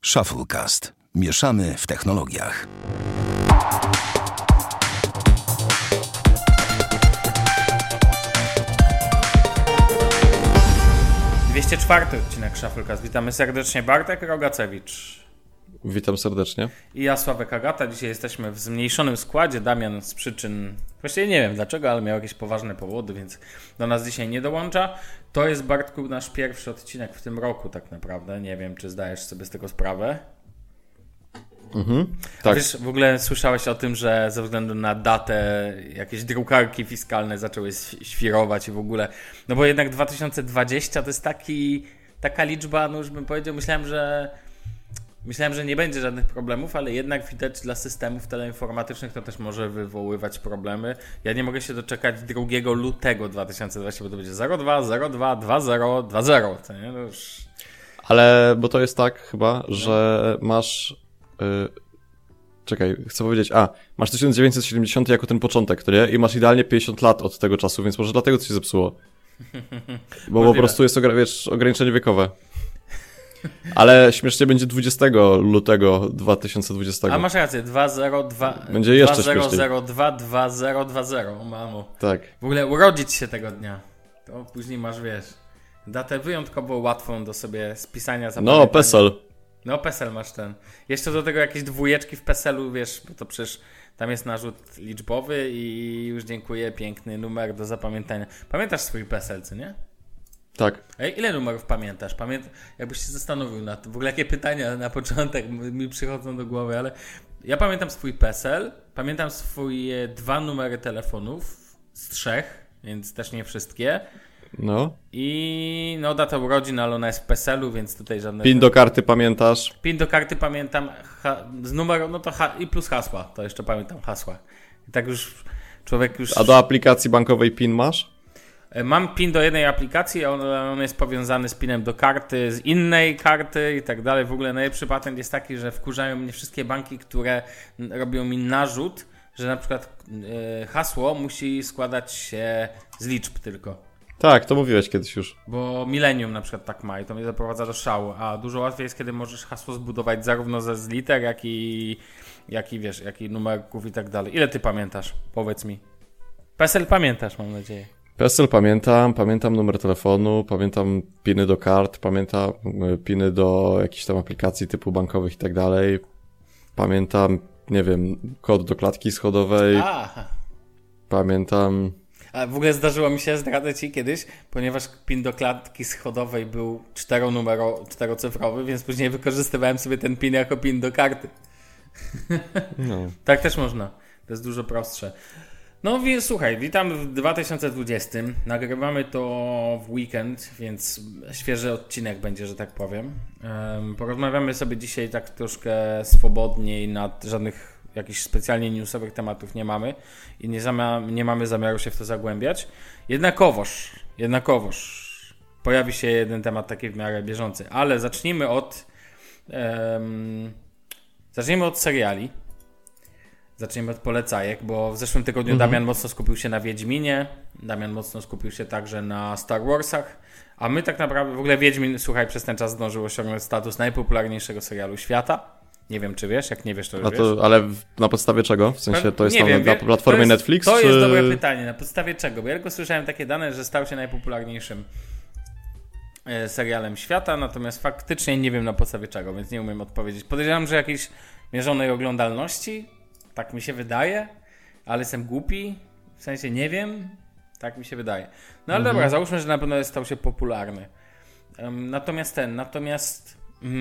Shufflecast. Mieszamy w technologiach. Czwarty odcinek Shufflecast. Witamy serdecznie, Bartek Rogacewicz. Witam serdecznie. I ja, Sławek Agata. Dzisiaj jesteśmy w zmniejszonym składzie. Damian z przyczyn, właściwie nie wiem dlaczego, ale miał jakieś poważne powody, więc do nas dzisiaj nie dołącza. To jest, Bartku, nasz pierwszy odcinek w tym roku tak naprawdę. Nie wiem, czy zdajesz sobie z tego sprawę. Tak. A wiesz, w ogóle słyszałeś o tym, że ze względu na datę jakieś drukarki fiskalne zaczęły świrować i w ogóle, no bo jednak 2020 to jest taka liczba, no już bym powiedział, myślałem, że nie będzie żadnych problemów, ale jednak widać dla systemów teleinformatycznych to też może wywoływać problemy. Ja nie mogę się doczekać 2 lutego 2020, bo to będzie 02, 02, 20, 20, to nie? To już... Ale, bo to jest tak chyba, że masz... Czekaj, chcę powiedzieć, masz 1970 jako ten początek, to nie? I masz idealnie 50 lat od tego czasu, więc może dlatego to się zepsuło. Bo po prostu jest ograniczenie wiekowe. Ale śmiesznie będzie 20 lutego 2020. A masz rację, 202... Będzie jeszcze 2002 2020, mamo. Tak. W ogóle urodzić się tego dnia. To później masz, wiesz, datę wyjątkowo łatwą do sobie spisania. No, PESEL. No, PESEL masz ten. Jeszcze do tego jakieś dwójeczki w PESEL-u, wiesz, bo to przecież tam jest narzut liczbowy i już dziękuję, piękny numer do zapamiętania. Pamiętasz swój PESEL, co nie? Tak. Ej, ile numerów pamiętasz? Jakbyś się zastanowił nad tym. W ogóle jakie pytania na początek mi przychodzą do głowy, ale ja pamiętam swój PESEL, pamiętam swoje 2 numery telefonów z 3, więc też nie wszystkie. No. I no data urodzin, ale ona jest w PESEL-u, więc tutaj żadne... PIN do karty pamiętasz? PIN do karty pamiętam, z numeru, no to i plus hasła, to jeszcze pamiętam hasła. I tak już człowiek już... A do aplikacji bankowej PIN masz? Mam PIN do jednej aplikacji, a on jest powiązany z PIN-em do karty, z innej karty i tak dalej. W ogóle najlepszy patent jest taki, że wkurzają mnie wszystkie banki, które robią mi narzut, że na przykład hasło musi składać się z liczb tylko. Tak, to mówiłeś kiedyś już. Bo Millennium na przykład tak ma i to mnie doprowadza do szału, a dużo łatwiej jest, kiedy możesz hasło zbudować zarówno z liter, jak i numerków i tak dalej. Ile ty pamiętasz? Powiedz mi. PESEL pamiętasz, mam nadzieję. PESEL pamiętam numer telefonu, pamiętam piny do kart, pamiętam piny do jakichś tam aplikacji typu bankowych i tak dalej. Pamiętam, nie wiem, kod do klatki schodowej. Pamiętam... A w ogóle zdarzyło mi się, zdradzę ci kiedyś, ponieważ PIN do klatki schodowej był 4-cyfrowy, więc później wykorzystywałem sobie ten PIN jako PIN do karty. No. Tak też można. To jest dużo prostsze. No słuchaj, witam w 2020. Nagrywamy to w weekend, więc świeży odcinek będzie, że tak powiem. Porozmawiamy sobie dzisiaj tak troszkę swobodniej, nad żadnych jakichś specjalnie newsowych tematów nie mamy i nie mamy zamiaru się w to zagłębiać. Jednakowoż pojawi się jeden temat taki w miarę bieżący, ale zacznijmy od seriali. Zacznijmy od polecajek, bo w zeszłym tygodniu Damian mocno skupił się na Wiedźminie, Damian mocno skupił się także na Star Warsach, a my tak naprawdę, w ogóle Wiedźmin, słuchaj, przez ten czas zdążył osiągnąć status najpopularniejszego serialu świata. Nie wiem, czy wiesz, jak nie wiesz, to już wiesz. Ale na podstawie czego? W sensie to jest na platformie Netflix? To jest dobre pytanie, na podstawie czego? Bo ja tylko słyszałem takie dane, że stał się najpopularniejszym serialem świata, natomiast faktycznie nie wiem na podstawie czego, więc nie umiem odpowiedzieć. Podejrzewam, że jakiejś mierzonej oglądalności, tak mi się wydaje, ale jestem głupi, w sensie nie wiem, tak mi się wydaje. No ale dobra, załóżmy, że na pewno stał się popularny. Natomiast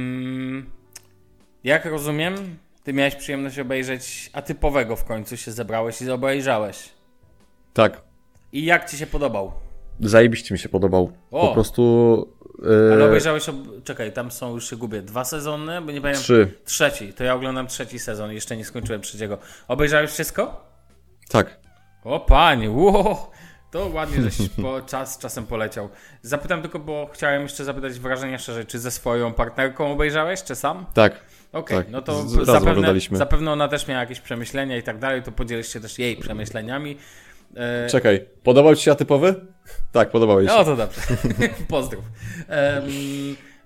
jak rozumiem, ty miałeś przyjemność obejrzeć Atypowego w końcu się zebrałeś i obejrzałeś. Tak. I jak ci się podobał? Zajebiście mi się podobał. Po prostu... Ale obejrzałeś... Czekaj, tam są, już się gubię, 2 sezony? Bo nie pamiętam. 3. Trzeci. To ja oglądam 3. sezon. Jeszcze nie skończyłem 3. Obejrzałeś wszystko? Tak. O panie, to ładnie, żeś czasem poleciał. Zapytam tylko, bo chciałem jeszcze zapytać wrażenia szerzej, czy ze swoją partnerką obejrzałeś, czy sam? Tak. Okej, tak. No to zapewne ona też miała jakieś przemyślenia i tak dalej, to podzielisz się też jej przemyśleniami. Czekaj, podobał ci się Atypowy? Tak, podobał jej się. No to dobrze, pozdrów.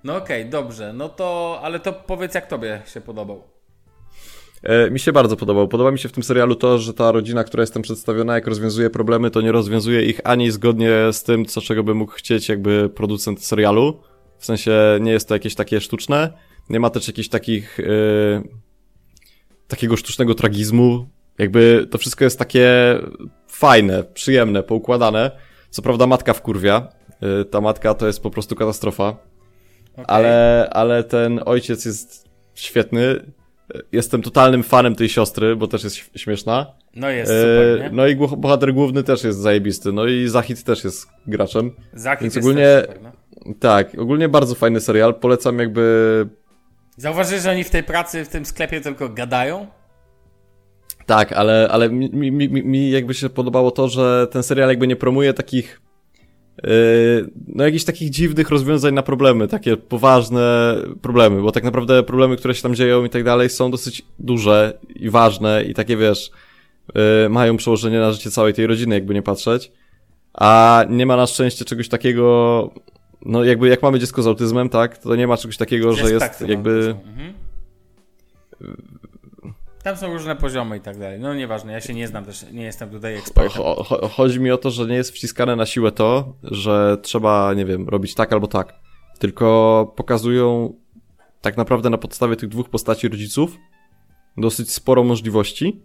No okej, dobrze. No to, ale to powiedz, jak tobie się podobał. Mi się bardzo podobał. Podoba mi się w tym serialu to, że ta rodzina, która jest tam przedstawiona, jak rozwiązuje problemy, to nie rozwiązuje ich ani zgodnie z tym, czego by mógł chcieć jakby producent serialu. W sensie nie jest to jakieś takie sztuczne. Nie ma też jakichś takich takiego sztucznego tragizmu. Jakby to wszystko jest takie fajne, przyjemne, poukładane. Co prawda matka wkurwia. Ta matka to jest po prostu katastrofa. Okay. Ale ten ojciec jest świetny. Jestem totalnym fanem tej siostry, bo też jest śmieszna. No jest super, nie? No i bohater główny też jest zajebisty. No i Zahid też jest graczem. Zahid więc jest ogólnie też super, no. Tak, ogólnie bardzo fajny serial. Polecam jakby... Zauważysz, że oni w tej pracy, w tym sklepie tylko gadają? Tak, ale mi jakby się podobało to, że ten serial jakby nie promuje takich no jakichś takich dziwnych rozwiązań na problemy, takie poważne problemy, bo tak naprawdę problemy, które się tam dzieją i tak dalej są dosyć duże i ważne i takie wiesz, mają przełożenie na życie całej tej rodziny, jakby nie patrzeć, a nie ma na szczęście czegoś takiego, no jakby jak mamy dziecko z autyzmem, tak, to nie ma czegoś takiego, że jest jakby... Tam są różne poziomy i tak dalej. No nieważne, ja się nie znam też, nie jestem tutaj ekspertem. Chodzi mi o to, że nie jest wciskane na siłę to, że trzeba, nie wiem, robić tak albo tak. Tylko pokazują tak naprawdę na podstawie tych dwóch postaci rodziców dosyć sporo możliwości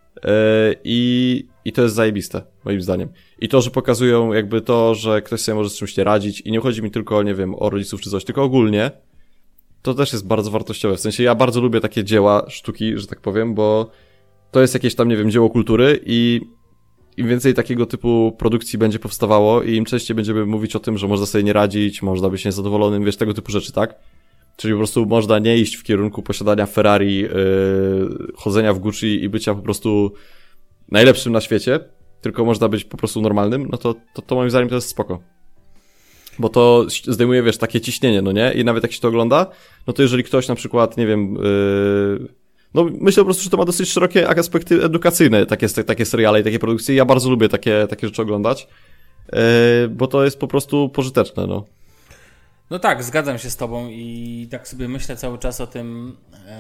i to jest zajebiste, moim zdaniem. I to, że pokazują jakby to, że ktoś sobie może z czymś nie radzić i nie chodzi mi tylko, nie wiem, o rodziców czy coś, tylko ogólnie, to też jest bardzo wartościowe. W sensie ja bardzo lubię takie dzieła sztuki, że tak powiem, bo to jest jakieś tam, nie wiem, dzieło kultury i im więcej takiego typu produkcji będzie powstawało i im częściej będziemy mówić o tym, że można sobie nie radzić, można być niezadowolonym, wiesz, tego typu rzeczy, tak? Czyli po prostu można nie iść w kierunku posiadania Ferrari, chodzenia w Gucci i bycia po prostu najlepszym na świecie, tylko można być po prostu normalnym, no to moim zdaniem to jest spoko. Bo to zdejmuje, wiesz, takie ciśnienie, no nie? I nawet jak się to ogląda, no to jeżeli ktoś na przykład, nie wiem, no myślę po prostu, że to ma dosyć szerokie aspekty edukacyjne, takie seriale i takie produkcje. Ja bardzo lubię takie rzeczy oglądać, bo to jest po prostu pożyteczne, no. No tak, zgadzam się z tobą i tak sobie myślę cały czas o tym,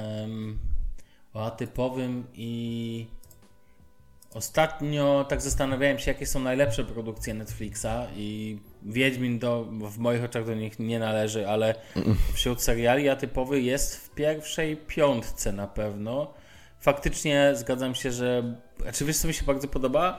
o atypowym i ostatnio tak zastanawiałem się, jakie są najlepsze produkcje Netflixa i Wiedźmin w moich oczach do nich nie należy, ale wśród seriali atypowy jest w pierwszej piątce na pewno. Faktycznie zgadzam się, że... Znaczy wiesz, co mi się bardzo podoba?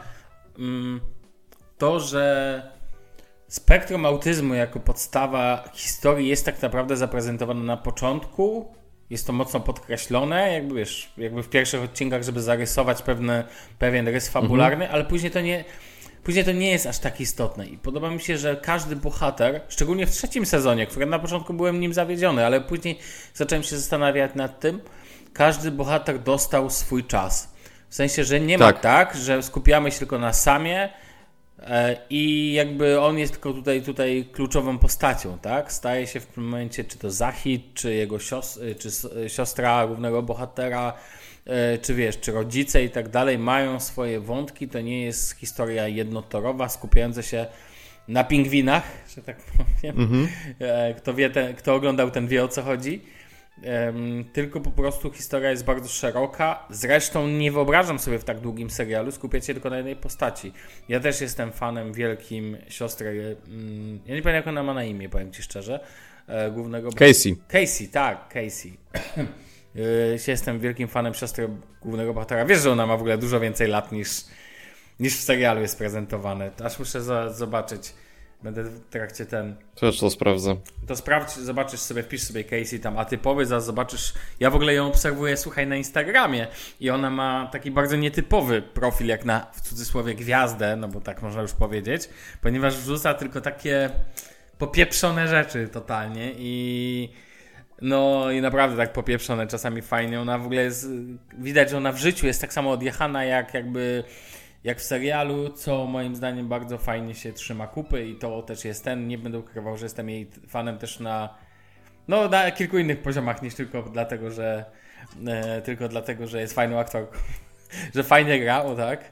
To, że spektrum autyzmu jako podstawa historii jest tak naprawdę zaprezentowane na początku. Jest to mocno podkreślone, jakby wiesz, jakby w pierwszych odcinkach, żeby zarysować pewien rys fabularny, ale później to nie jest aż tak istotne. I podoba mi się, że każdy bohater, szczególnie w trzecim sezonie, który na początku byłem nim zawiedziony, ale później zacząłem się zastanawiać nad tym, każdy bohater dostał swój czas. W sensie, że nie ma tak, że skupiamy się tylko na Samie i jakby on jest tylko tutaj kluczową postacią, tak? Staje się w tym momencie, czy to Zahid, czy jego siostra głównego bohatera, czy wiesz, czy rodzice i tak dalej mają swoje wątki, to nie jest historia jednotorowa, skupiająca się na pingwinach, że tak powiem. Kto oglądał, ten wie, o co chodzi. Tylko po prostu historia jest bardzo szeroka. Zresztą nie wyobrażam sobie w tak długim serialu skupiać się tylko na jednej postaci. Ja też jestem fanem wielkim siostry, ja nie pamiętam, jak ona ma na imię, powiem ci szczerze, głównego... Casey. Jestem wielkim fanem siostry głównego bohatera. Wiesz, że ona ma w ogóle dużo więcej lat niż w serialu jest prezentowane. Aż muszę zobaczyć. Będę w trakcie Też to sprawdzę. To sprawdź, zobaczysz sobie, wpisz sobie Casey tam atypowy, zaraz zobaczysz. Ja w ogóle ją obserwuję, słuchaj, na Instagramie i ona ma taki bardzo nietypowy profil, jak na, w cudzysłowie, gwiazdę, no bo tak można już powiedzieć, ponieważ wrzuca tylko takie popieprzone rzeczy totalnie i naprawdę tak popieprzone, czasami fajnie. Ona w ogóle jest, widać, że ona w życiu jest tak samo odjechana jak w serialu, co moim zdaniem bardzo fajnie się trzyma kupy i to też jest nie będę ukrywał, że jestem jej fanem też na kilku innych poziomach niż tylko dlatego, że jest fajną aktorką, że fajnie gra, tak?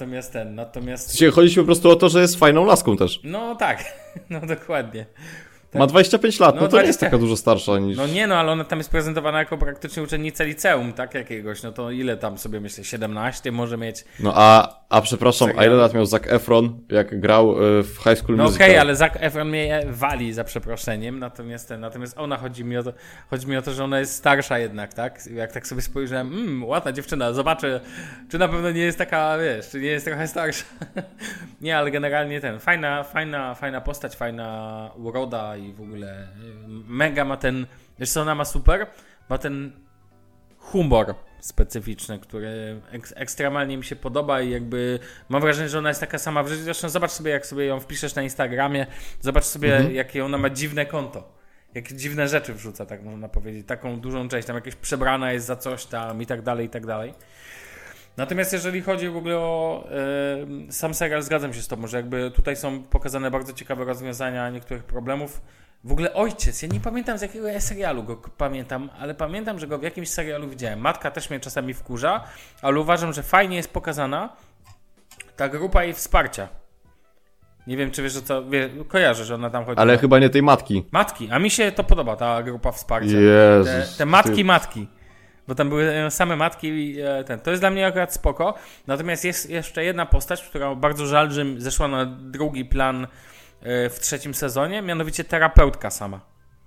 Natomiast... Dzisiaj chodzi po prostu o to, że jest fajną laską też. No tak, no dokładnie. Ma 25 lat, no to nie jest 20. taka dużo starsza niż... No nie, no ale ona tam jest prezentowana jako praktycznie uczennica liceum, tak, jakiegoś, no to ile tam sobie myślę, 17 może mieć. No a przepraszam, a ile lat miał Zac Efron, jak grał w High School No Musical? okej, ale Zac Efron mnie wali za przeproszeniem, natomiast ona, chodzi mi o to, że ona jest starsza jednak, tak? Jak tak sobie spojrzałem, ładna dziewczyna, zobaczę, czy na pewno nie jest taka, wiesz, czy nie jest trochę starsza. Nie, ale generalnie fajna postać, fajna uroda i w ogóle mega ma ten, wiesz co ona ma super? Ma ten humor specyficzny, który ekstremalnie mi się podoba i jakby mam wrażenie, że ona jest taka sama w życiu. Zresztą zobacz sobie, jak sobie ją wpiszesz na Instagramie, zobacz sobie, jakie ona ma dziwne konto. Jakie dziwne rzeczy wrzuca, tak można powiedzieć. Taką dużą część, tam jakieś przebrana jest za coś tam i tak dalej, i tak dalej. Natomiast jeżeli chodzi w ogóle o sam serial, zgadzam się z tobą, że jakby tutaj są pokazane bardzo ciekawe rozwiązania niektórych problemów. W ogóle Ojciec, ja nie pamiętam z jakiego ja serialu go pamiętam, ale pamiętam, że go w jakimś serialu widziałem. Matka też mnie czasami wkurza, ale uważam, że fajnie jest pokazana ta grupa jej wsparcia. Nie wiem, czy wiesz, kojarzę, że ona tam chodzi. Ale chyba nie tej matki. Matki, a mi się to podoba, ta grupa wsparcia. Jezus. Te matki. Bo tam były same matki i to jest dla mnie akurat spoko. Natomiast jest jeszcze jedna postać, która bardzo żal, że zeszła na drugi plan w 3. sezonie, mianowicie terapeutka sama.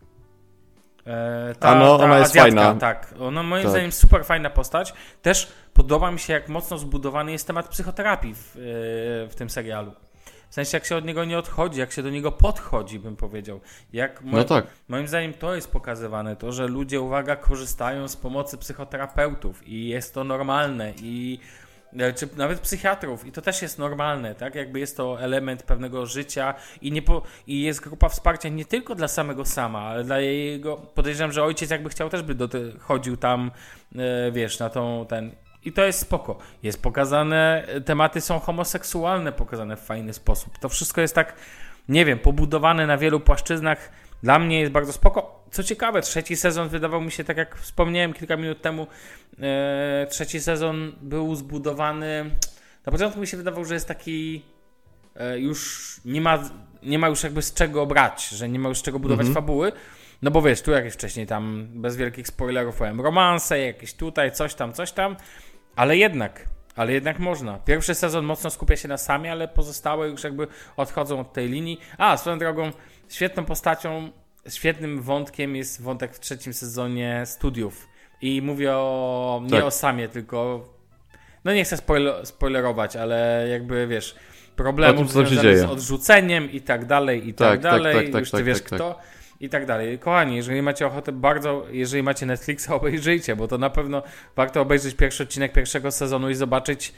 Ona jest Azjatka, fajna. Tak, ona moim zdaniem super fajna postać. Też podoba mi się, jak mocno zbudowany jest temat psychoterapii w tym serialu. W sensie, jak się od niego nie odchodzi, jak się do niego podchodzi, bym powiedział. Moim zdaniem to jest pokazywane, to, że ludzie, uwaga, korzystają z pomocy psychoterapeutów i jest to normalne czy nawet psychiatrów i to też jest normalne, tak? Jakby jest to element pewnego życia i jest grupa wsparcia nie tylko dla samego Sama, ale dla jego, podejrzewam, że ojciec jakby chciał też chodził tam, wiesz, na ten... I to jest spoko. Jest pokazane, tematy są homoseksualne pokazane w fajny sposób. To wszystko jest tak, nie wiem, pobudowane na wielu płaszczyznach. Dla mnie jest bardzo spoko. Co ciekawe, 3. sezon wydawał mi się, tak jak wspomniałem kilka minut temu, 3. sezon był zbudowany. Na początku mi się wydawał, że jest taki już nie ma już jakby z czego brać, że nie ma już z czego budować fabuły. No bo wiesz, tu jakieś wcześniej tam, bez wielkich spoilerów powiem, romanse, jakieś tutaj, coś tam, ale jednak można. 1. sezon mocno skupia się na Samie, ale pozostałe już jakby odchodzą od tej linii. Swoją drogą, świetną postacią, świetnym wątkiem jest wątek w 3. sezonie studiów. I mówię nie o Samie, tylko no nie chcę spoilerować, ale jakby wiesz, problemów związanych z odrzuceniem i tak dalej, już ty wiesz kto. I tak dalej. Kochani, jeżeli macie ochotę jeżeli macie Netflixa, obejrzyjcie, bo to na pewno warto obejrzeć pierwszy odcinek 1. sezonu i zobaczyć,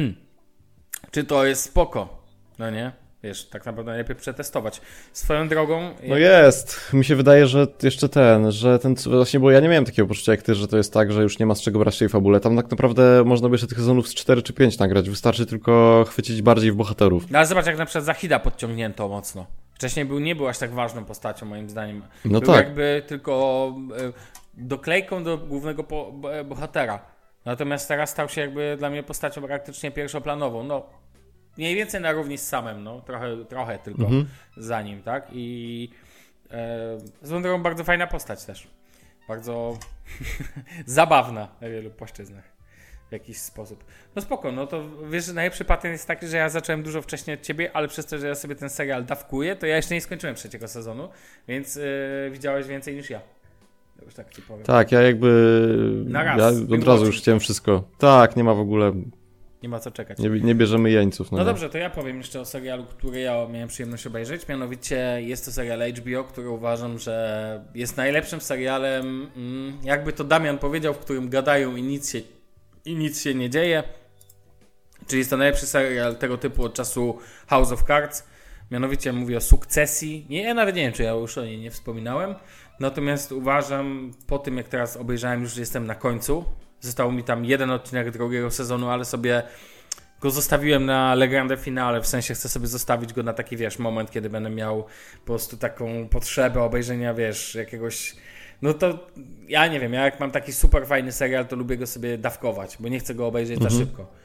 czy to jest spoko. No nie? Wiesz, tak naprawdę najlepiej przetestować. Swoją drogą... No jest. Mi się wydaje, że jeszcze właśnie, bo ja nie miałem takiego poczucia jak ty, że to jest tak, że już nie ma z czego brać tej fabule. Tam tak naprawdę można by jeszcze tych sezonów z 4 czy 5 nagrać. Wystarczy tylko chwycić bardziej w bohaterów. No ale zobacz, jak na przykład Zahida podciągnięto mocno. Wcześniej nie był aż tak ważną postacią, moim zdaniem. No był tak. jakby tylko doklejką do głównego bohatera. Natomiast teraz stał się jakby dla mnie postacią praktycznie pierwszoplanową. No, mniej więcej na równi z Samem, no. Trochę tylko za nim, tak? I zresztą drogą bardzo fajna postać też. Bardzo zabawna na wielu płaszczyznach. W jakiś sposób. No spoko, no to wiesz, że najlepszy patent jest taki, że ja zacząłem dużo wcześniej od ciebie, ale przez to, że ja sobie ten serial dawkuję, to ja jeszcze nie skończyłem 3. sezonu, więc widziałeś więcej niż ja. Już tak ci powiem. Tak, ja ja od razu już chciałem wszystko. Tak, nie ma w ogóle... Nie ma co czekać. Nie bierzemy jeńców. No dobrze, to ja powiem jeszcze o serialu, który ja miałem przyjemność obejrzeć. Mianowicie jest to serial HBO, który uważam, że jest najlepszym serialem, jakby to Damian powiedział, w którym gadają i nic się nie dzieje. Czyli jest to najlepszy serial tego typu od czasu House of Cards. Mianowicie mówię o Sukcesji. Ja nawet nie wiem, czy ja już o niej nie wspominałem. Natomiast uważam, po tym jak teraz obejrzałem, już jestem na końcu. Został mi tam 1 odcinek 2. sezonu, ale sobie go zostawiłem na Le Grande Finale. W sensie chcę sobie zostawić go na taki, wiesz, moment, kiedy będę miał po prostu taką potrzebę obejrzenia, wiesz, jakiegoś... No to ja nie wiem, ja jak mam taki super fajny serial, to lubię go sobie dawkować, bo nie chcę go obejrzeć za szybko.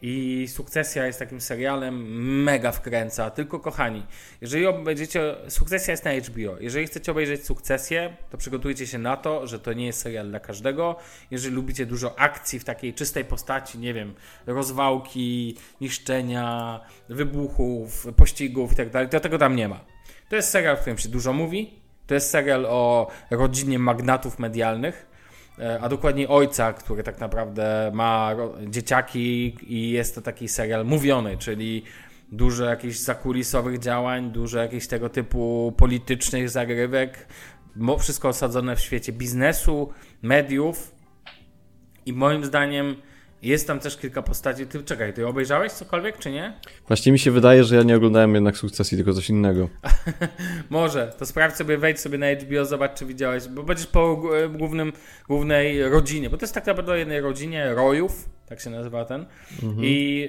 I Sukcesja jest takim serialem, mega wkręca, tylko kochani, jeżeli obejrzycie, Sukcesja jest na HBO, jeżeli chcecie obejrzeć Sukcesję, to przygotujcie się na to, że to nie jest serial dla każdego, jeżeli lubicie dużo akcji w takiej czystej postaci, nie wiem, rozwałki, niszczenia, wybuchów, pościgów i tak dalej, to tego tam nie ma. To jest serial, w którym się dużo mówi, to jest serial o rodzinie magnatów medialnych, a dokładnie ojca, który tak naprawdę ma dzieciaki i jest to taki serial mówiony, czyli dużo jakichś zakulisowych działań, dużo jakichś tego typu politycznych zagrywek, wszystko osadzone w świecie biznesu, mediów i moim zdaniem jest tam też kilka postaci. Ty obejrzałeś cokolwiek, czy nie? Właśnie mi się wydaje, że ja nie oglądałem jednak Sukcesji, tylko coś innego. Może, to sprawdź sobie, wejdź sobie na HBO, zobacz, czy widziałeś, bo będziesz po głównej rodzinie, bo to jest tak naprawdę o jednej rodzinie Royów, tak się nazywa ten, i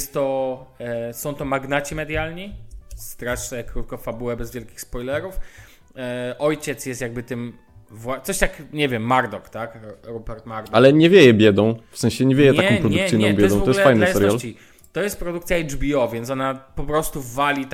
są to magnaci medialni, strasznie krótko fabułę, bez wielkich spoilerów. Ojciec jest jakby tym coś jak, nie wiem, Murdoch, tak? Rupert Murdoch. Ale nie wieje biedą, w sensie nie wieje taką produkcyjną biedą, to jest fajny serial. To jest produkcja HBO, więc ona po prostu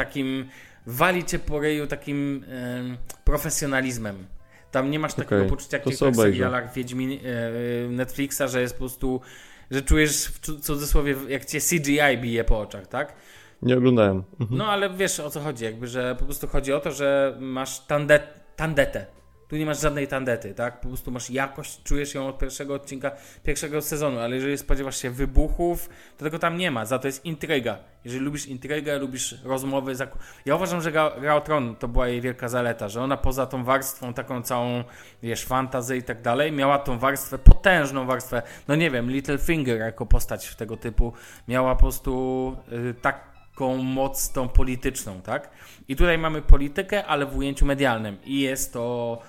wali cię po ryju takim profesjonalizmem. Tam nie masz takiego poczucia jak w tych serialach Netflixa, że jest po prostu, że czujesz w cudzysłowie, jak cię CGI bije po oczach, tak? Nie oglądałem. No ale wiesz, o co chodzi, jakby, że po prostu chodzi o to, że masz tandetę. Tu nie masz żadnej tandety, tak? Po prostu masz jakość, czujesz ją od pierwszego odcinka, pierwszego sezonu, ale jeżeli spodziewasz się wybuchów, to tego tam nie ma, za to jest intryga. Jeżeli lubisz intrygę, lubisz rozmowy, ja uważam, że Gra o Tron to była jej wielka zaleta, że ona poza tą warstwą taką całą, wiesz, fantasy i tak dalej, miała tą warstwę, potężną warstwę, no nie wiem, Littlefinger jako postać tego typu, miała po prostu taką moc tą polityczną, tak? I tutaj mamy politykę, ale w ujęciu medialnym i jest to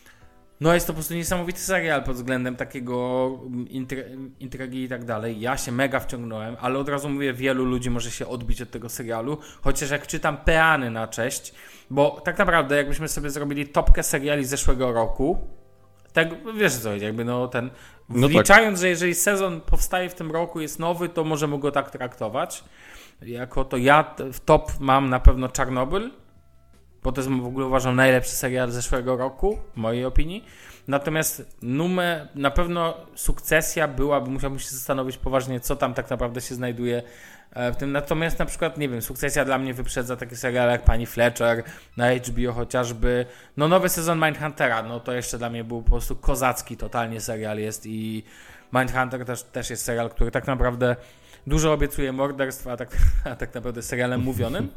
po prostu niesamowity serial pod względem takiego intrygi i tak dalej. Ja się mega wciągnąłem, ale od razu mówię, wielu ludzi może się odbić od tego serialu, chociaż jak czytam peany na cześć, bo tak naprawdę jakbyśmy sobie zrobili topkę seriali z zeszłego roku, tak, wiesz co, jakby wliczając, tak, że jeżeli sezon powstaje w tym roku, jest nowy, to możemy go tak traktować. Jako to ja w top mam na pewno Czarnobyl, bo to jest w ogóle uważam najlepszy serial z zeszłego roku, w mojej opinii. Natomiast na pewno Sukcesja musiałbym się zastanowić poważnie, co tam tak naprawdę się znajduje w tym. Natomiast na przykład, nie wiem, Sukcesja dla mnie wyprzedza takie seriale jak Pani Fletcher, na HBO chociażby. No nowy sezon Mindhuntera, no to jeszcze dla mnie był po prostu kozacki totalnie serial jest i Mindhunter też jest serial, który tak naprawdę dużo obiecuje morderstw, a tak naprawdę serialem mówionym.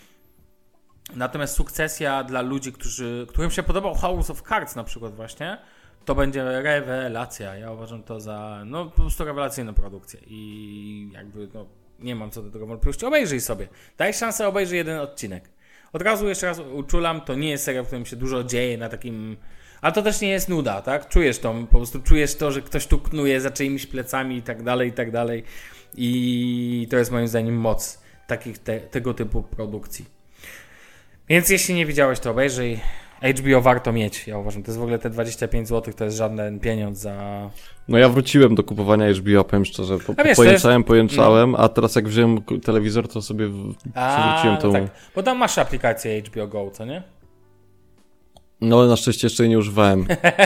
Natomiast Sukcesja dla ludzi, którym się podobał House of Cards na przykład właśnie, to będzie rewelacja. Ja uważam to za po prostu rewelacyjną produkcję i jakby nie mam co do tego wątpliwości. Obejrzyj sobie. Daj szansę, obejrzyj jeden odcinek. Od razu jeszcze raz uczulam, to nie jest serial, w którym się dużo dzieje na takim... Ale to też nie jest nuda, tak? Czujesz to, po prostu czujesz to, że ktoś tu knuje za czyimiś plecami i tak dalej, i tak dalej. I to jest moim zdaniem moc tego typu produkcji. Więc jeśli nie widziałeś, to obejrzyj. HBO warto mieć, ja uważam. To jest w ogóle te 25 zł, to jest żaden pieniądz za... No ja wróciłem do kupowania HBO, powiem szczerze. Pojęczałem, a teraz jak wziąłem telewizor, to sobie przywróciłem tą... Tak. Bo tam masz aplikację HBO Go, co nie? No na szczęście jeszcze jej nie używałem.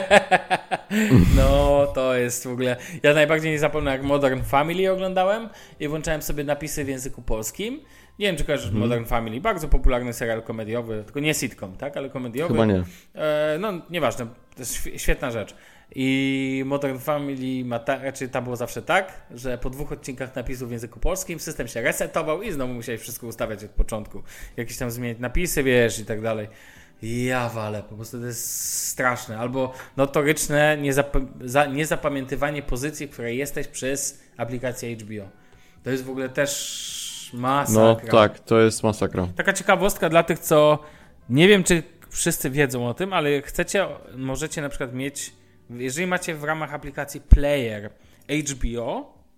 No to jest w ogóle... Ja najbardziej nie zapomnę, jak Modern Family oglądałem i włączałem sobie napisy w języku polskim. Nie wiem, czy kojarzysz Modern Family. Bardzo popularny serial komediowy, tylko nie sitcom, tak? Ale komediowy. Chyba nie. Nieważne. To jest świetna rzecz. I Modern Family raczej tam było zawsze tak, że po 2 odcinkach napisów w języku polskim system się resetował i znowu musiałeś wszystko ustawiać od początku. Jakieś tam zmieniać napisy, wiesz, i tak dalej. Ja walę, po prostu to jest straszne. Albo notoryczne niezapamiętywanie pozycji, w której jesteś przez aplikację HBO. To jest w ogóle też masakra. No tak, to jest masakra. Taka ciekawostka dla tych, co nie wiem, czy wszyscy wiedzą o tym, ale możecie na przykład mieć, jeżeli macie w ramach aplikacji Player HBO,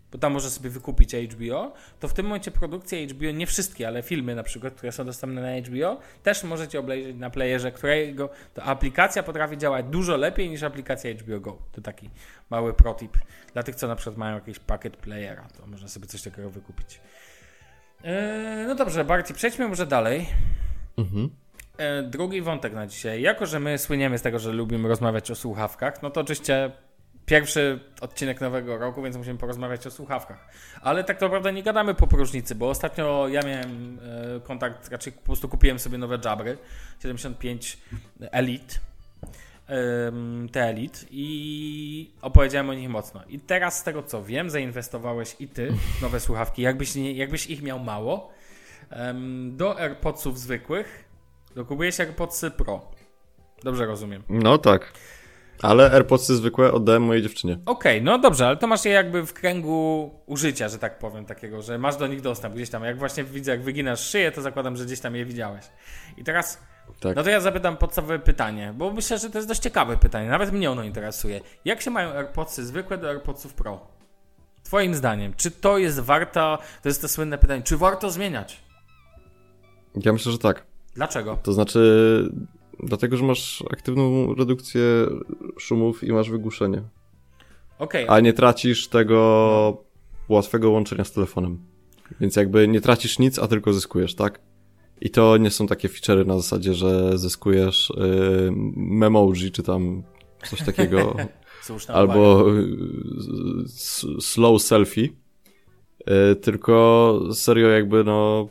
bo tam możesz sobie wykupić HBO, to w tym momencie produkcje HBO, nie wszystkie, ale filmy na przykład, które są dostępne na HBO, też możecie obejrzeć na playerze, którego to aplikacja potrafi działać dużo lepiej niż aplikacja HBO Go. To taki mały protip dla tych, co na przykład mają jakiś pakiet playera, to można sobie coś takiego wykupić. No dobrze, Barty, przejdźmy może dalej. Drugi wątek na dzisiaj. Jako że my słyniemy z tego, że lubimy rozmawiać o słuchawkach, no to oczywiście pierwszy odcinek nowego roku, więc musimy porozmawiać o słuchawkach. Ale tak naprawdę nie gadamy po próżnicy, bo ostatnio ja miałem kontakt, raczej po prostu kupiłem sobie nowe Jabry 75 Elite. Te Elite i opowiedziałem o nich mocno. I teraz z tego co wiem, zainwestowałeś i ty w nowe słuchawki, jakbyś ich miał mało, do AirPodsów zwykłych dokupujesz AirPodsy Pro. Dobrze rozumiem. No tak. Ale AirPodsy zwykłe oddałem mojej dziewczynie. Okej, no dobrze, ale to masz je jakby w kręgu użycia, że tak powiem, takiego, że masz do nich dostęp gdzieś tam. Jak właśnie widzę, jak wyginasz szyję, to zakładam, że gdzieś tam je widziałeś. I teraz, Tak. no to ja zapytam podstawowe pytanie, bo myślę, że to jest dość ciekawe pytanie, nawet mnie ono interesuje. Jak się mają AirPodsy zwykłe do AirPodsów Pro? Twoim zdaniem, czy to jest warto, to jest to słynne pytanie, czy warto zmieniać? Ja myślę, że tak. Dlaczego? To znaczy, dlatego, że masz aktywną redukcję szumów i masz wygłuszenie. Okej. A nie tracisz tego łatwego łączenia z telefonem. Więc jakby nie tracisz nic, a tylko zyskujesz, tak? I to nie są takie feature'y na zasadzie, że zyskujesz memoji, czy tam coś takiego. Albo slow selfie. Tylko serio jakby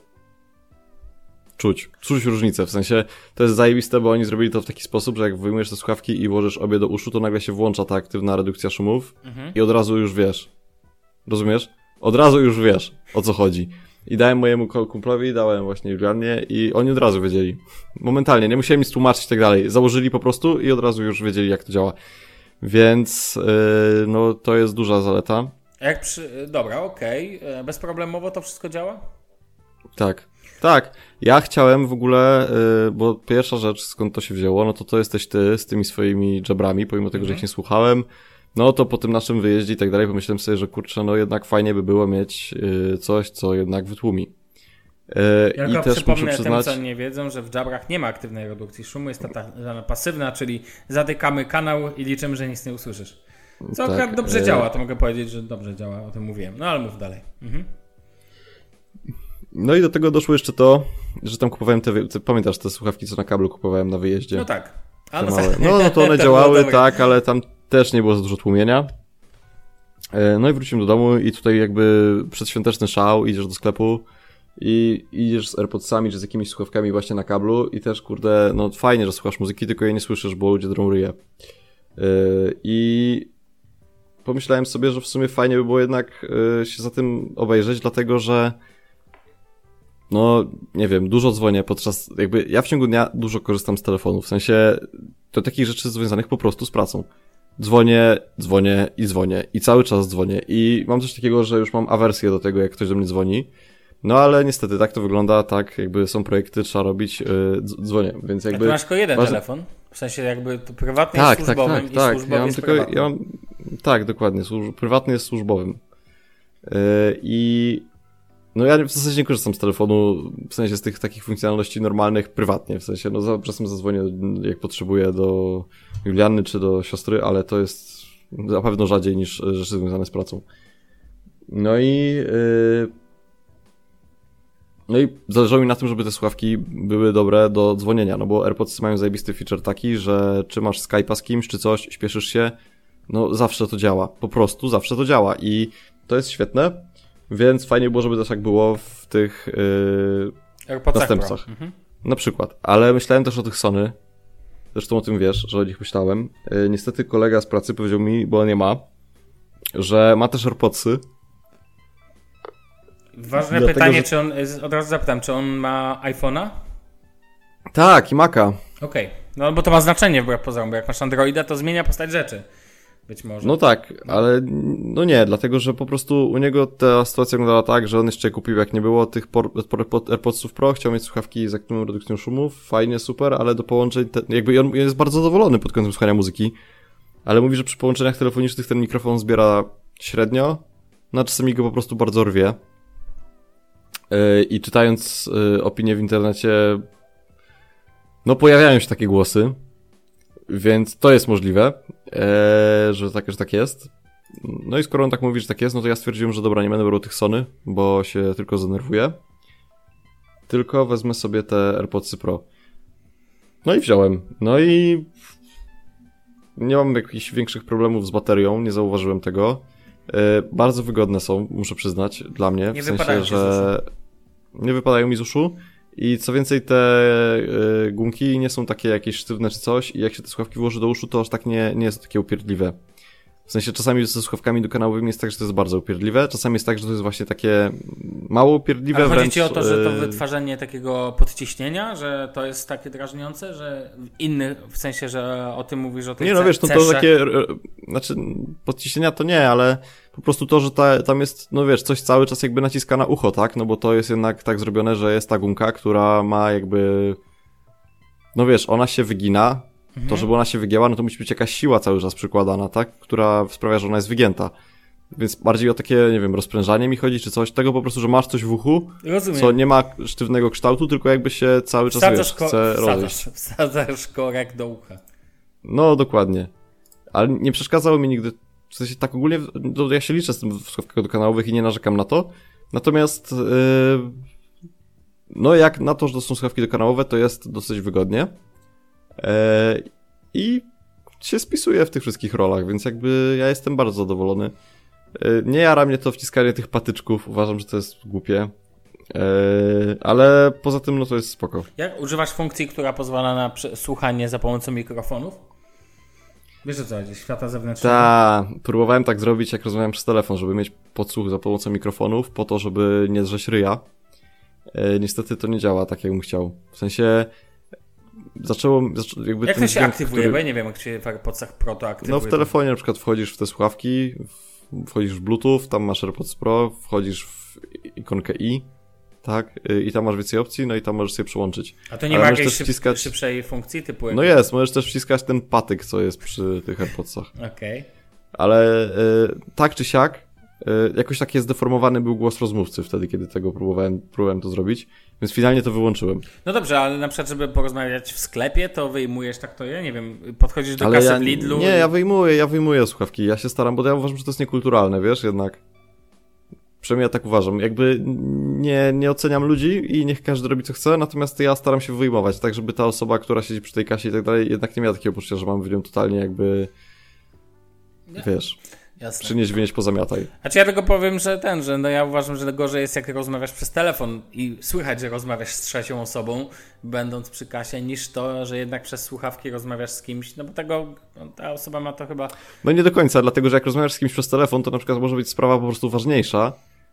czuć różnicę, w sensie to jest zajebiste, bo oni zrobili to w taki sposób, że jak wyjmujesz te słuchawki i włożysz obie do uszu, to nagle się włącza ta aktywna redukcja szumów i od razu już wiesz. Rozumiesz? Od razu już wiesz, o co chodzi. I dałem mojemu kumplowi, dałem właśnie Julianie i oni od razu wiedzieli. Momentalnie, nie musiałem nic tłumaczyć i tak dalej. Założyli po prostu i od razu już wiedzieli, jak to działa. Więc to jest duża zaleta. Dobra, okej. Bezproblemowo to wszystko działa? Tak. Ja chciałem w ogóle, bo pierwsza rzecz, skąd to się wzięło, no to jesteś ty z tymi swoimi Jabrami, pomimo tego, że ich nie słuchałem. No to po tym naszym wyjeździe i tak dalej pomyślałem sobie, że kurczę, no jednak fajnie by było mieć coś, co jednak wytłumi. Ja I też muszę przyznać... tym, co nie wiedzą, że w Jabrach nie ma aktywnej redukcji szumu, jest ta pasywna, czyli zatykamy kanał i liczymy, że nic nie usłyszysz. Co akurat dobrze działa, to mogę powiedzieć, że dobrze działa, o tym mówiłem. No ale mów dalej. No i do tego doszło jeszcze to, że tam kupowałem pamiętasz te słuchawki, co na kablu kupowałem na wyjeździe? No tak. No to one działały, tak, ale tam też nie było za dużo tłumienia. No i wróciłem do domu i tutaj jakby przedświąteczny szał, idziesz do sklepu i idziesz z AirPodsami czy z jakimiś słuchawkami właśnie na kablu i też kurde, no fajnie, że słuchasz muzyki, tylko jej nie słyszysz, bo ludzie drą ryje. I pomyślałem sobie, że w sumie fajnie by było jednak się za tym obejrzeć, dlatego że no, nie wiem, dużo dzwonię podczas, jakby ja w ciągu dnia dużo korzystam z telefonu, w sensie do takich rzeczy związanych po prostu z pracą. Dzwonię i cały czas dzwonię i mam coś takiego, że już mam awersję do tego, jak ktoś do mnie dzwoni, no ale niestety tak to wygląda, tak jakby są projekty, trzeba robić, dzwonię, więc jakby... A ty masz tylko jeden telefon? W sensie jakby to prywatny jest służbowym i służbowy jest prywatnym. Tak, dokładnie, prywatny jest służbowym. I no ja w zasadzie nie korzystam z telefonu, w sensie z tych takich funkcjonalności normalnych prywatnie, w sensie no czasem zadzwonię jak potrzebuję do Juliany czy do siostry, ale to jest na pewno rzadziej niż rzeczy związane z pracą. No i zależało mi na tym, żeby te słuchawki były dobre do dzwonienia, no bo AirPods mają zajebisty feature taki, że czy masz Skype'a z kimś, czy coś, śpieszysz się, no zawsze to działa, po prostu zawsze to działa i to jest świetne. Więc fajnie było, żeby też tak było w tych zastępcach. Na przykład. Ale myślałem też o tych Sony. Zresztą o tym wiesz, że o nich myślałem. Niestety kolega z pracy powiedział mi, bo nie ma, że ma też AirPodsy. Ważne pytanie, czy on, od razu zapytam, czy on ma iPhone'a? Tak, i Maca. Okej. No bo to ma znaczenie wbrew pozorom, bo jak masz Androida, to zmienia postać rzeczy. Być może. No tak, ale no nie, dlatego, że po prostu u niego ta sytuacja wyglądała tak, że on jeszcze kupił, jak nie było tych AirPodsów Pro, chciał mieć słuchawki z aktywną redukcją szumów, fajnie, super, ale do połączeń, jakby on jest bardzo zadowolony pod kątem słuchania muzyki, ale mówi, że przy połączeniach telefonicznych ten mikrofon zbiera średnio no czasami go po prostu bardzo rwie. I czytając opinie w internecie, no pojawiają się takie głosy, więc to jest możliwe, że tak jest. No i skoro on tak mówi, że tak jest, no to ja stwierdziłem, że dobra, nie będę brał tych Sony, bo się tylko zdenerwuję. Tylko wezmę sobie te AirPodsy Pro. No i wziąłem. No i nie mam jakichś większych problemów z baterią, nie zauważyłem tego. Bardzo wygodne są, muszę przyznać, dla mnie. Nie w sensie, wypadają że nie wypadają mi z uszu. I co więcej, te gumki nie są takie jakieś sztywne czy coś i jak się te słuchawki włoży do uszu, to aż tak nie jest to takie upierdliwe. W sensie czasami ze słuchawkami dokanałowymi jest tak, że to jest bardzo upierdliwe, czasami jest tak, że to jest właśnie takie mało upierdliwe. Ale chodzi wręcz, ci o to, że to wytwarzanie takiego podciśnienia, że to jest takie drażniące, że innych, w sensie, że o tym mówisz, o tej nie, no wiesz, no to takie, znaczy podciśnienia to nie, ale po prostu to, że tam jest, no wiesz, coś cały czas jakby naciska na ucho, tak? No bo to jest jednak tak zrobione, że jest ta gumka, która ma jakby, no wiesz, ona się wygina. To, żeby ona się wygięła, no to musi być jakaś siła cały czas przykładana, tak? Która sprawia, że ona jest wygięta. Więc bardziej o takie, nie wiem, rozprężanie mi chodzi, czy coś. Tego po prostu, że masz coś w uchu, rozumiem, co nie ma sztywnego kształtu, tylko jakby się cały czas, chce rozejść. Wsadzasz korek do ucha. No, dokładnie. Ale nie przeszkadzało mi nigdy, w sensie tak ogólnie, ja się liczę z tym w słuchawkach dokanałowych i nie narzekam na to. Natomiast, no jak na to, że to są słuchawki dokanałowe, to jest dosyć wygodnie. I się spisuje w tych wszystkich rolach, więc jakby ja jestem bardzo zadowolony. Nie jara mnie to wciskanie tych patyczków, uważam, że to jest głupie. Ale poza tym, no to jest spoko. Jak używasz funkcji, która pozwala na słuchanie za pomocą mikrofonów? Wiesz o co chodzi? Świata zewnętrznego? Próbowałem tak zrobić, jak rozmawiam przez telefon, żeby mieć podsłuch za pomocą mikrofonów, po to, żeby nie drzeć ryja. Niestety to nie działa tak, jakbym chciał. W sensie jakby jak ten to się dźwięk, aktywuje? Bo ja nie wiem, jak się w AirPodsach Pro to aktywuje. No w telefonie na przykład wchodzisz w te słuchawki, wchodzisz w Bluetooth, tam masz AirPods Pro, wchodzisz w ikonkę i, tak, i tam masz więcej opcji, no i tam możesz sobie przyłączyć. A to nie ma jakiejś szybszej funkcji typu? No jest, możesz też wciskać ten patyk, co jest przy tych AirPodsach. Okej. Ale tak czy siak, jakoś taki zdeformowany był głos rozmówcy wtedy, kiedy tego próbowałem to zrobić, więc finalnie to wyłączyłem. No dobrze, ale na przykład, żeby porozmawiać w sklepie, to wyjmujesz tak to, ja nie wiem, podchodzisz do kasy w Lidlu? Nie, ja wyjmuję słuchawki, ja się staram, bo ja uważam, że to jest niekulturalne, wiesz, jednak. Przynajmniej ja tak uważam. Jakby nie oceniam ludzi i niech każdy robi co chce, natomiast ja staram się wyjmować, tak żeby ta osoba, która siedzi przy tej kasie i tak dalej, jednak nie miała takiego poczucia, że mam w nią totalnie jakby, wiesz... Jasne. Przynieś, wynieś, pozamiataj. Znaczy ja tylko powiem, że no ja uważam, że gorzej jest, jak rozmawiasz przez telefon i słychać, że rozmawiasz z trzecią osobą, będąc przy kasie, niż to, że jednak przez słuchawki rozmawiasz z kimś, no bo ta osoba ma to chyba... No nie do końca, dlatego, że jak rozmawiasz z kimś przez telefon, to na przykład może być sprawa po prostu ważniejsza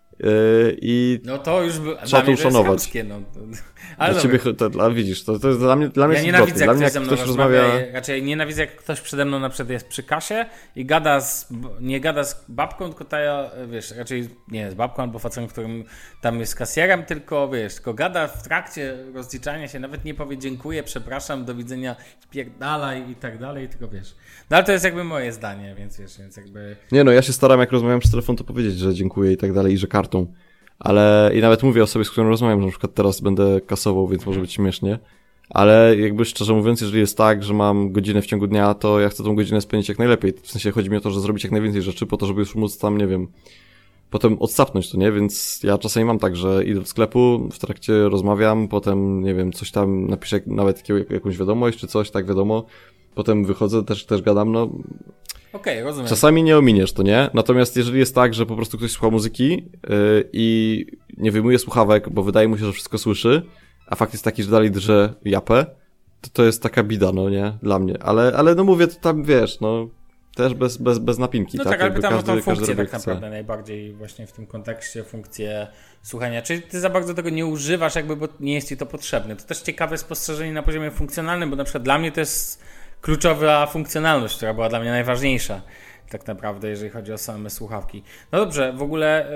i no to już trzeba to uszanować. Chamskie, no. Ale dla ciebie, widzisz, to jest dla mnie ja jest nienawidzę, dla mnie, jak ktoś rozmawia... Raczej nienawidzę, jak ktoś przede mną na przykład jest przy kasie i nie gada z babką, tylko wiesz, raczej nie z babką albo facetem, którym tam jest kasjerem, tylko gada w trakcie rozliczania się, nawet nie powie dziękuję, przepraszam, do widzenia, spierdalaj i tak dalej, tylko wiesz. No ale to jest jakby moje zdanie, więc jakby... Nie no, ja się staram, jak rozmawiam przez telefon, to powiedzieć, że dziękuję i tak dalej i że kartą. Ale i nawet mówię osobie, z którą rozmawiam, że na przykład teraz będę kasował, więc może być śmiesznie. Ale jakby szczerze mówiąc, jeżeli jest tak, że mam godzinę w ciągu dnia, to ja chcę tą godzinę spędzić jak najlepiej. W sensie chodzi mi o to, że zrobić jak najwięcej rzeczy po to, żeby już móc tam, nie wiem, potem odsapnąć to, nie? Więc ja czasami mam tak, że idę do sklepu, w trakcie rozmawiam, potem, nie wiem, coś tam napiszę, nawet jakąś wiadomość czy coś, tak wiadomo. Potem wychodzę, też gadam, no... Okej, rozumiem. Czasami nie ominiesz to, nie? Natomiast jeżeli jest tak, że po prostu ktoś słucha muzyki i nie wyjmuje słuchawek, bo wydaje mu się, że wszystko słyszy, a fakt jest taki, że dalej drze japę, to jest taka bida, no nie? Dla mnie. Ale no mówię, to tam wiesz, no też bez napinki, no tak? ale pytam o tą funkcję każdy tak naprawdę najbardziej właśnie w tym kontekście, funkcję słuchania. Czyli ty za bardzo tego nie używasz jakby, bo nie jest ci to potrzebne. To też ciekawe spostrzeżenie na poziomie funkcjonalnym, bo na przykład dla mnie to jest kluczowa funkcjonalność, która była dla mnie najważniejsza tak naprawdę, jeżeli chodzi o same słuchawki. No dobrze, w ogóle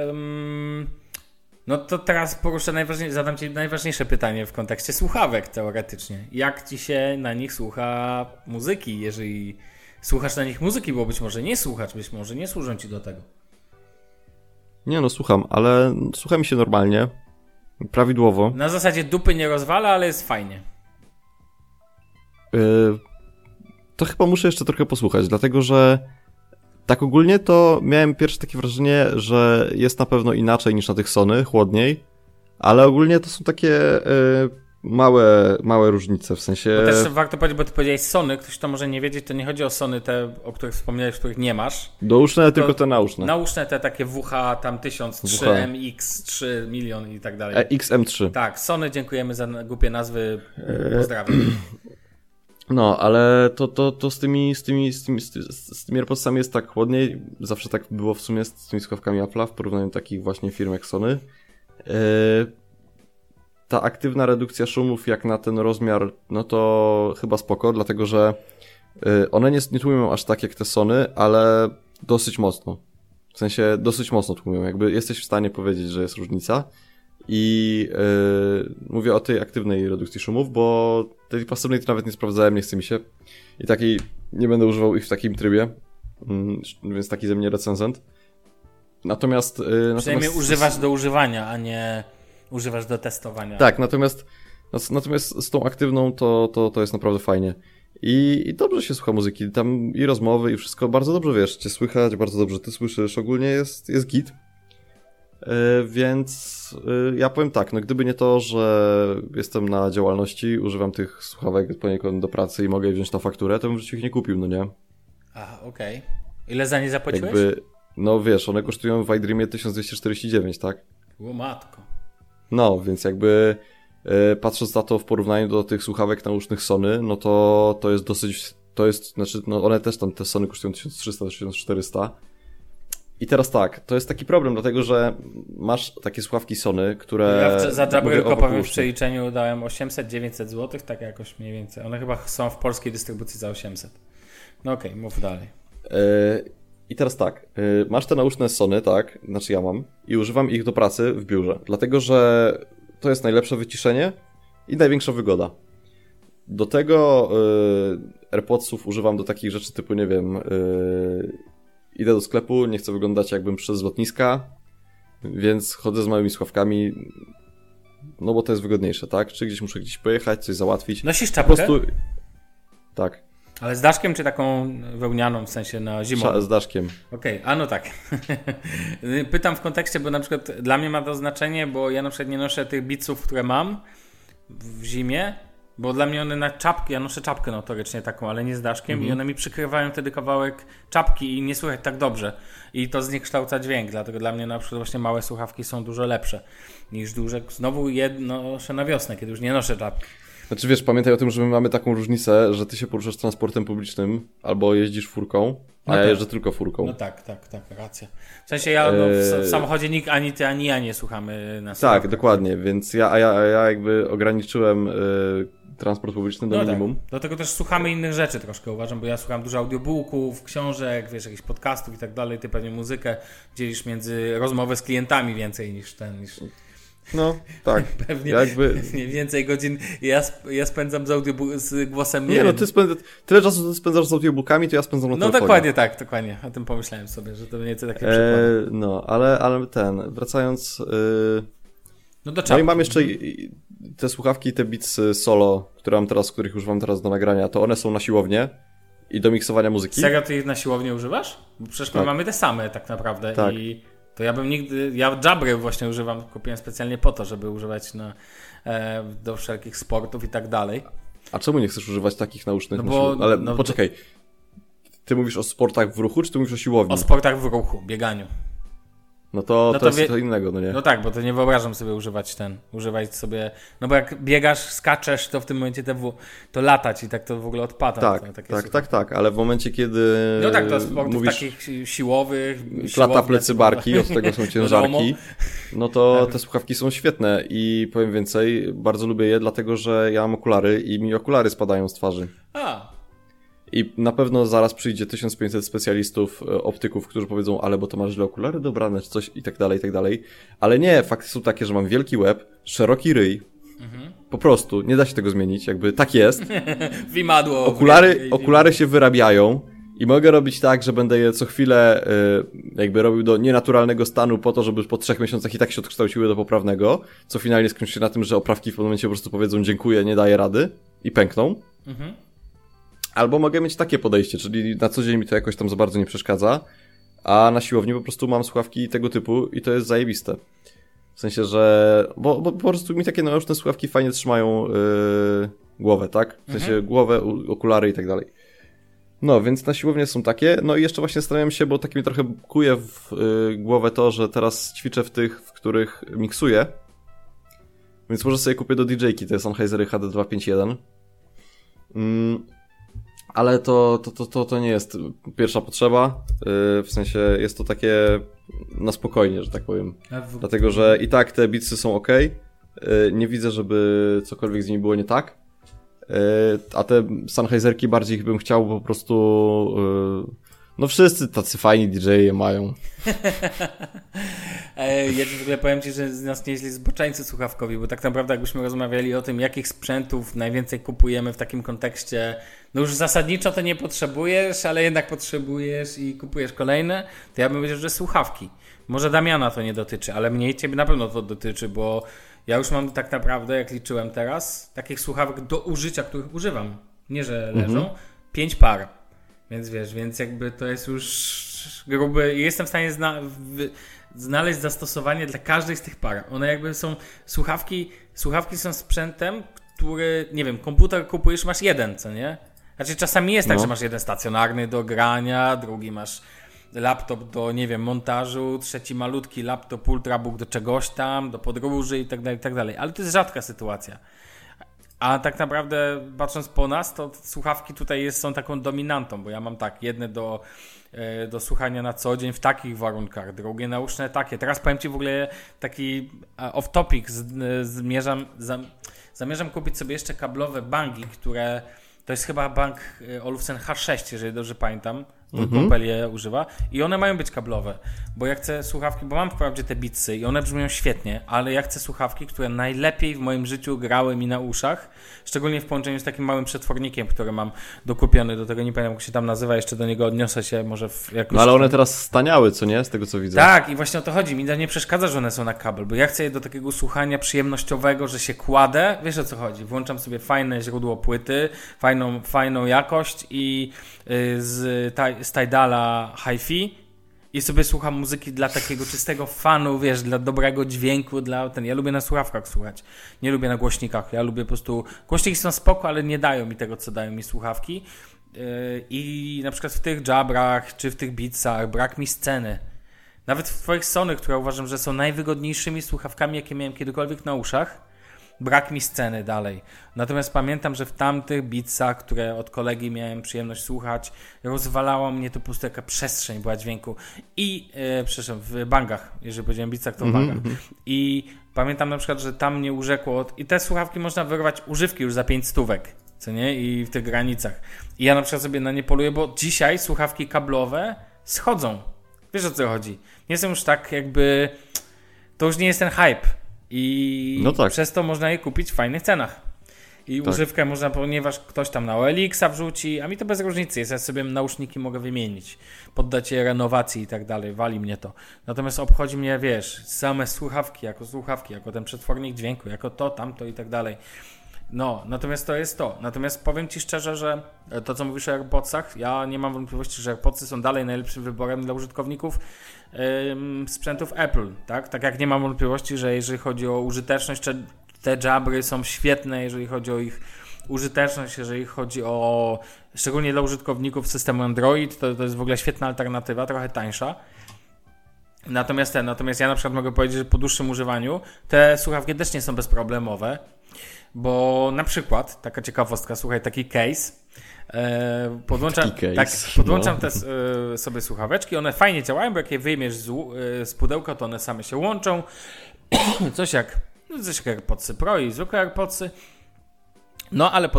no to teraz zadam ci najważniejsze pytanie w kontekście słuchawek teoretycznie. Jak ci się na nich słucha muzyki, jeżeli słuchasz na nich muzyki, bo być może nie słuchasz, być może nie służą ci do tego. Nie no, słucham, ale słucha mi się normalnie, prawidłowo. Na zasadzie dupy nie rozwala, ale jest fajnie. To chyba muszę jeszcze trochę posłuchać, dlatego że tak ogólnie to miałem pierwsze takie wrażenie, że jest na pewno inaczej niż na tych Sony, chłodniej, ale ogólnie to są takie małe różnice, w sensie... Bo też warto powiedzieć, bo ty powiedziałeś Sony, ktoś to może nie wiedzieć, to nie chodzi o Sony te, o których wspomniałeś, których nie masz. Douszne, tylko te nauszne. Nauszne te takie WH tam 1003, WH. MX, 3 milion i tak dalej. XM3. Tak, Sony, dziękujemy za głupie nazwy, pozdrawiam. No, ale to z tymi AirPodsami jest tak chłodniej, zawsze tak było w sumie z tymi słuchawkami Apple'a w porównaniu do takich właśnie firm jak Sony. Ta aktywna redukcja szumów jak na ten rozmiar, no to chyba spoko, dlatego że one nie tłumią aż tak jak te Sony, ale dosyć mocno. W sensie dosyć mocno tłumią, jakby jesteś w stanie powiedzieć, że jest różnica. I mówię o tej aktywnej redukcji szumów, bo tej pasywnej to nawet nie sprawdzałem, nie chce mi się. I takiej nie będę używał ich w takim trybie, więc taki ze mnie recenzent. Natomiast... Przynajmniej używasz do używania, a nie używasz do testowania. Tak, natomiast z tą aktywną to jest naprawdę fajnie. I dobrze się słucha muzyki, tam i rozmowy i wszystko, bardzo dobrze wiesz, cię słychać, bardzo dobrze ty słyszysz, ogólnie jest git. Więc ja powiem tak, no gdyby nie to, że jestem na działalności, używam tych słuchawek poniekąd do pracy i mogę je wziąć na fakturę, to bym w życiu ich nie kupił, no nie? Aha, okej. Ile za nie zapłaciłeś? Jakby, no wiesz, one kosztują w iDreamie 1249, tak? O matko. No, więc jakby patrząc na to w porównaniu do tych słuchawek nausznych Sony, no to jest dosyć, znaczy, no one też tam, te Sony kosztują 1300-1400. I teraz tak, to jest taki problem, dlatego że masz takie słuchawki Sony, które... Ja za Jabrylko powiem w przeliczeniu dałem 800-900 zł, tak jakoś mniej więcej. One chyba są w polskiej dystrybucji za 800. No okej, mów dalej. I teraz tak, masz te nauszne Sony, tak, znaczy ja mam, i używam ich do pracy w biurze, dlatego że to jest najlepsze wyciszenie i największa wygoda. Do tego AirPodsów używam do takich rzeczy typu, nie wiem, idę do sklepu, nie chcę wyglądać jakbym przyszedł z lotniska, więc chodzę z małymi słuchawkami, no bo to jest wygodniejsze, tak? Czy gdzieś muszę pojechać, coś załatwić. Nosisz czapkę? Po prostu... Tak. Ale z daszkiem czy taką wełnianą, w sensie na zimą? Z daszkiem. Okej, a no tak. Pytam w kontekście, bo na przykład dla mnie ma to znaczenie, bo ja na przykład nie noszę tych Beatsów, które mam w zimie, bo dla mnie one na czapki, ja noszę czapkę notorycznie taką, ale nie z daszkiem i one mi przykrywają wtedy kawałek czapki i nie słychać tak dobrze. I to zniekształca dźwięk, dlatego dla mnie na przykład właśnie małe słuchawki są dużo lepsze niż duże. Znowu noszę na wiosnę, kiedy już nie noszę czapki. Znaczy wiesz, pamiętaj o tym, że my mamy taką różnicę, że ty się poruszasz transportem publicznym albo jeździsz furką, a ja jeżdżę tylko furką. No tak, racja. W sensie ja w samochodzie nikt, ani ty, ani ja nie słuchamy na słuchawkach. Tak, dokładnie, więc ja jakby ograniczyłem transport publiczny do minimum. Tak. Dlatego też słuchamy innych rzeczy troszkę, uważam, bo ja słucham dużo audiobooków, książek, wiesz, jakichś podcastów i tak dalej, ty pewnie muzykę dzielisz między rozmowę z klientami więcej niż No, tak. Pewnie jakby... więcej godzin ja spędzam z głosem. Nie no, tyle czasu ty spędzasz z audiobookami, to ja spędzam na telefonie. No dokładnie tak, dokładnie. O tym pomyślałem sobie, że to mniej więcej takie przykłady. No, ale wracając... No do czapki. No i mam jeszcze te słuchawki, te Beats Solo, których używam teraz do nagrania, to one są na siłownię i do miksowania muzyki. Serio ty ich na siłownię używasz? Bo przecież my mamy te same tak naprawdę. Tak. I to ja Jabry właśnie używam, kupiłem specjalnie po to, żeby używać do wszelkich sportów i tak dalej. A czemu nie chcesz używać takich nausznych? No bo, poczekaj, ty mówisz o sportach w ruchu, czy ty mówisz o siłowni? O sportach w ruchu, bieganiu. No to jest to innego, no nie? No tak, bo to nie wyobrażam sobie używać sobie, no bo jak biegasz, skaczesz, to w tym momencie to latać i tak to w ogóle odpada. Tak, ale w momencie, kiedy no tak, to sportów takich siłowych, plata plecy barki, od tego są ciężarki, no to te słuchawki są świetne i powiem więcej, bardzo lubię je, dlatego że ja mam okulary i mi okulary spadają z twarzy. I na pewno zaraz przyjdzie 1500 specjalistów, optyków, którzy powiedzą, ale bo to masz źle okulary dobrane, czy coś i tak dalej. Ale nie, fakty są takie, że mam wielki łeb, szeroki ryj. Po prostu, nie da się tego zmienić, jakby tak jest. Wimadło. Okulary się wyrabiają I mogę robić tak, że będę je co chwilę jakby robił do nienaturalnego stanu po to, żeby po 3 miesiącach i tak się odkształciły do poprawnego, co finalnie skończy się na tym, że oprawki w pewnym momencie po prostu powiedzą dziękuję, nie daję rady i pękną. Albo mogę mieć takie podejście, czyli na co dzień mi to jakoś tam za bardzo nie przeszkadza, a na siłowni po prostu mam słuchawki tego typu i to jest zajebiste. W sensie, że... Bo po prostu mi takie naoczne słuchawki fajnie trzymają głowę, tak? W sensie głowę, okulary i tak dalej. No, więc na siłowni są takie. No i jeszcze właśnie zastanawiam się, bo tak mi trochę kuje w głowę to, że teraz ćwiczę w tych, w których miksuję. Więc może sobie kupię do DJ-ki, to jest Sennheisery HD251. Ale to nie jest pierwsza potrzeba, w sensie jest to takie na spokojnie, że tak powiem. Dlatego, że i tak te Beatsy są ok, nie widzę, żeby cokolwiek z nimi było nie tak, a te Sennheiserki bardziej bym chciał po prostu, no wszyscy tacy fajni DJ-e mają. Ja ci w ogóle powiem ci, że z nas nieźli zboczeńcy słuchawkowi, bo tak naprawdę jakbyśmy rozmawiali o tym, jakich sprzętów najwięcej kupujemy w takim kontekście, no już zasadniczo to nie potrzebujesz, ale jednak potrzebujesz i kupujesz kolejne, to ja bym powiedział, że słuchawki. Może Damiana to nie dotyczy, ale mnie i ciebie na pewno to dotyczy, bo ja już mam tak naprawdę, jak liczyłem teraz, takich słuchawek do użycia, których używam. Nie, że leżą. 5 par. Więc wiesz, więc jakby to jest już gruby... Jestem w stanie znaleźć zastosowanie dla każdej z tych par. One jakby są... Słuchawki są sprzętem, który... Nie wiem, komputer kupujesz, masz jeden, co nie? Znaczy czasami jest tak, że masz jeden stacjonarny do grania, drugi masz laptop do, nie wiem, montażu, trzeci malutki laptop ultrabook do czegoś tam, do podróży i tak dalej. Ale to jest rzadka sytuacja. A tak naprawdę, patrząc po nas, to słuchawki tutaj są taką dominantą, bo ja mam tak, jedne do słuchania na co dzień w takich warunkach, drugie nauszne takie. Teraz powiem ci w ogóle taki off-topic, zamierzam kupić sobie jeszcze kablowe bangi, które, to jest chyba Bang Olufsen H6, jeżeli dobrze pamiętam, Kumpel je używa i one mają być kablowe, bo ja chcę słuchawki, bo mam wprawdzie te Beatsy i one brzmią świetnie, ale ja chcę słuchawki, które najlepiej w moim życiu grały mi na uszach, szczególnie w połączeniu z takim małym przetwornikiem, który mam dokupiony do tego, nie pamiętam jak się tam nazywa, jeszcze do niego odniosę się może w jakoś... No ale one teraz staniały, co nie? Z tego co widzę. Tak, i właśnie o to chodzi, mi nie przeszkadza, że one są na kabel, bo ja chcę je do takiego słuchania przyjemnościowego, że się kładę, wiesz o co chodzi, włączam sobie fajne źródło płyty, fajną jakość i z Tidala Hi-Fi i sobie słucham muzyki dla takiego czystego fanu, wiesz, dla dobrego dźwięku, ja lubię na słuchawkach słuchać, nie lubię na głośnikach, ja lubię po prostu, głośniki są spoko, ale nie dają mi tego, co dają mi słuchawki i na przykład w tych Jabrach, czy w tych Beatsach brak mi sceny. Nawet w twoich Sony, które uważam, że są najwygodniejszymi słuchawkami, jakie miałem kiedykolwiek na uszach, brak mi sceny dalej. Natomiast pamiętam, że w tamtych Beatsach, które od kolegi miałem przyjemność słuchać, rozwalało mnie to po prostu jaka przestrzeń była dźwięku. I, przepraszam, w bangach, jeżeli powiedziałem Beatsach, to w bangach. I pamiętam na przykład, że tam mnie urzekło, i te słuchawki można wyrwać używki już za 5 stówek, co nie? I w tych granicach. I ja na przykład sobie na nie poluję, bo dzisiaj słuchawki kablowe schodzą. Wiesz o co chodzi? Nie są już tak jakby... To już nie jest ten hype. I no tak. Przez to można je kupić w fajnych cenach. I tak. Używkę można, ponieważ ktoś tam na OLX-a wrzuci, a mi to bez różnicy jest, ja sobie nauszniki mogę wymienić, poddać je renowacji i tak dalej, wali mnie to. Natomiast obchodzi mnie, wiesz, same słuchawki, jako ten przetwornik dźwięku, jako to, tamto i tak dalej. No, natomiast to jest to. Natomiast powiem ci szczerze, że to, co mówisz o AirPodsach, ja nie mam wątpliwości, że AirPodsy są dalej najlepszym wyborem dla użytkowników sprzętów Apple, tak? Tak jak nie mam wątpliwości, że jeżeli chodzi o użyteczność, te Jabry są świetne, jeżeli chodzi o ich użyteczność, jeżeli chodzi o, szczególnie dla użytkowników systemu Android, to jest w ogóle świetna alternatywa, trochę tańsza. Natomiast ja na przykład mogę powiedzieć, że po dłuższym używaniu te słuchawki też nie są bezproblemowe, bo na przykład, taka ciekawostka, słuchaj, taki case, podłączam te sobie słuchaweczki, one fajnie działają, bo jak je wyjmiesz z pudełka, to one same się łączą, coś jak AirPodsy Pro i zwykłe AirPodsy, no ale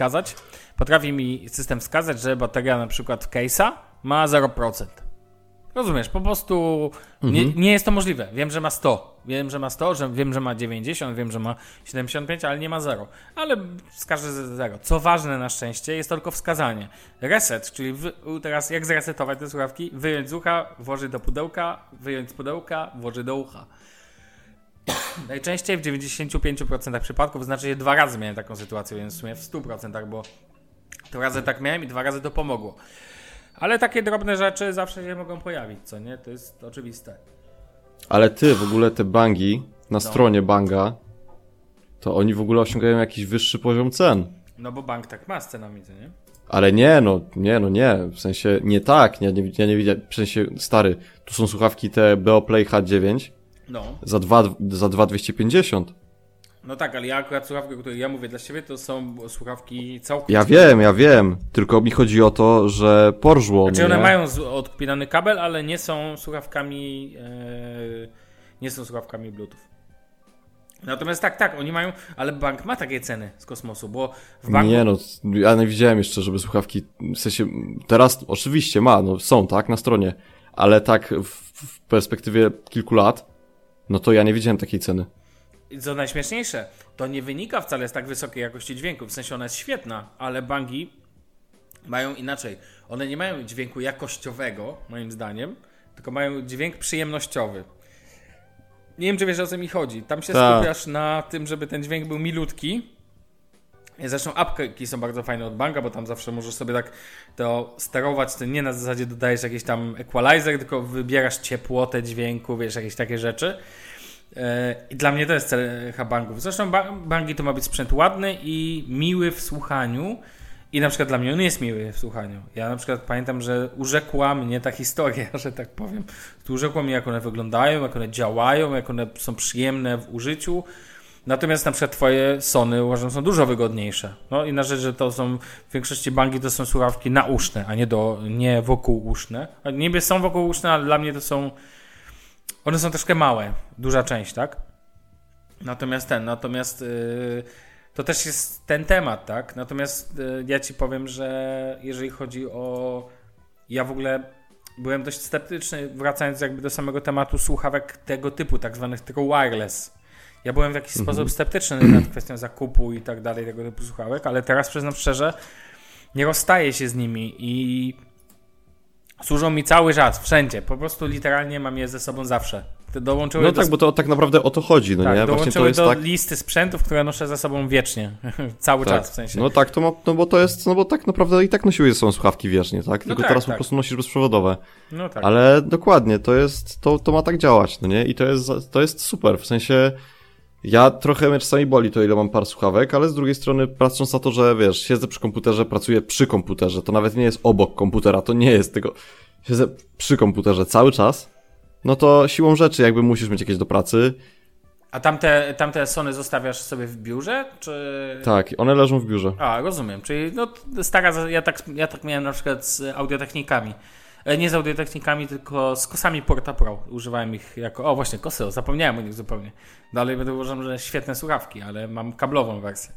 potrafi mi system wskazać, że bateria na przykład w case'a ma 0%. Rozumiesz, po prostu nie jest to możliwe. Wiem, że ma 100. Wiem, że ma 90, wiem, że ma 75, ale nie ma 0. Ale wskaże 0. Co ważne na szczęście, jest tylko wskazanie. Reset, czyli teraz jak zresetować te słuchawki? Wyjąć z ucha, włożyć do pudełka, wyjąć z pudełka, włożyć do ucha. Najczęściej w 95% przypadków, znaczy, że 2 razy miałem taką sytuację, więc w sumie w 100%, bo 2 razy tak miałem i 2 razy to pomogło. Ale takie drobne rzeczy zawsze się mogą pojawić, co nie? To jest oczywiste. Ale ty, w ogóle te bangi na stronie Banga, to oni w ogóle osiągają jakiś wyższy poziom cen. No bo bank tak ma z cenami, co nie? Ale nie. W sensie, nie tak, ja nie widziałem, w sensie, stary, tu są słuchawki te Beoplay H9 za 2,250. No tak, ale ja akurat słuchawki, o których ja mówię dla siebie, to są słuchawki całkowicie... Ja wiem, tylko mi chodzi o to, że porżło. Znaczy one mają odpinany kabel, ale nie są słuchawkami Bluetooth. Natomiast tak, oni mają, ale bank ma takie ceny z kosmosu, bo w banku... Nie no, ja nie widziałem jeszcze, żeby słuchawki, w sensie, teraz oczywiście ma, no są, tak, na stronie, ale tak w perspektywie kilku lat, no to ja nie widziałem takiej ceny. I co najśmieszniejsze, to nie wynika wcale z tak wysokiej jakości dźwięku, w sensie ona jest świetna, ale bangi mają inaczej. One nie mają dźwięku jakościowego, moim zdaniem, tylko mają dźwięk przyjemnościowy. Nie wiem, czy wiesz, o co mi chodzi. Tam się skupiasz na tym, żeby ten dźwięk był milutki. Zresztą apki są bardzo fajne od Banga, bo tam zawsze możesz sobie tak to sterować. To nie na zasadzie dodajesz jakiś tam equalizer, tylko wybierasz ciepłotę dźwięku, wiesz, jakieś takie rzeczy. I dla mnie to jest cecha bangów. Zresztą bangi to ma być sprzęt ładny i miły w słuchaniu. I na przykład dla mnie on jest miły w słuchaniu. Ja na przykład pamiętam, że urzekła mnie ta historia, że tak powiem. Urzekło mnie, jak one wyglądają, jak one działają, jak one są przyjemne w użyciu. Natomiast na przykład twoje Sony uważam są dużo wygodniejsze. No i na rzecz, że to są w większości bangi to są słuchawki nauszne, a nie wokółuszne. Niby są wokółuszne, ale dla mnie to są... One są troszkę małe, duża część, tak? Natomiast to też jest ten temat, tak? Natomiast ja ci powiem, że jeżeli chodzi o... Ja w ogóle byłem dość sceptyczny, wracając jakby do samego tematu słuchawek tego typu, tak zwanych true wireless. Ja byłem w jakiś sposób sceptyczny nad kwestią zakupu i tak dalej tego typu słuchawek, ale teraz przyznam szczerze, nie rozstaję się z nimi i służą mi cały czas, wszędzie. Po prostu literalnie mam je ze sobą zawsze. No tak, bo to tak naprawdę o to chodzi, no tak, nie? Właśnie to jest do listy sprzętów, które noszę ze sobą wiecznie. Cały czas w sensie. No tak, to ma, no bo to jest, no bo tak naprawdę i tak nosiłeś ze sobą słuchawki wiecznie, tak? Tylko teraz po prostu nosisz bezprzewodowe. No tak. Ale dokładnie, to ma tak działać, no nie? I to jest super, w sensie ja trochę mnie czasami boli to, ile mam par słuchawek, ale z drugiej strony patrząc na to, że wiesz, siedzę przy komputerze, pracuję przy komputerze, to nawet nie jest obok komputera, to nie jest tylko, siedzę przy komputerze cały czas, no to siłą rzeczy jakby musisz mieć jakieś do pracy. A tamte Sony zostawiasz sobie w biurze, czy... Tak, one leżą w biurze. A, rozumiem, czyli no ja tak miałem na przykład z audiotechnikami. Nie z audiotechnikami, tylko z kosami Porta Pro. Używałem ich jako... O, właśnie, kosy, zapomniałem o nich zupełnie. Dalej będę uważam, że świetne słuchawki, ale mam kablową wersję.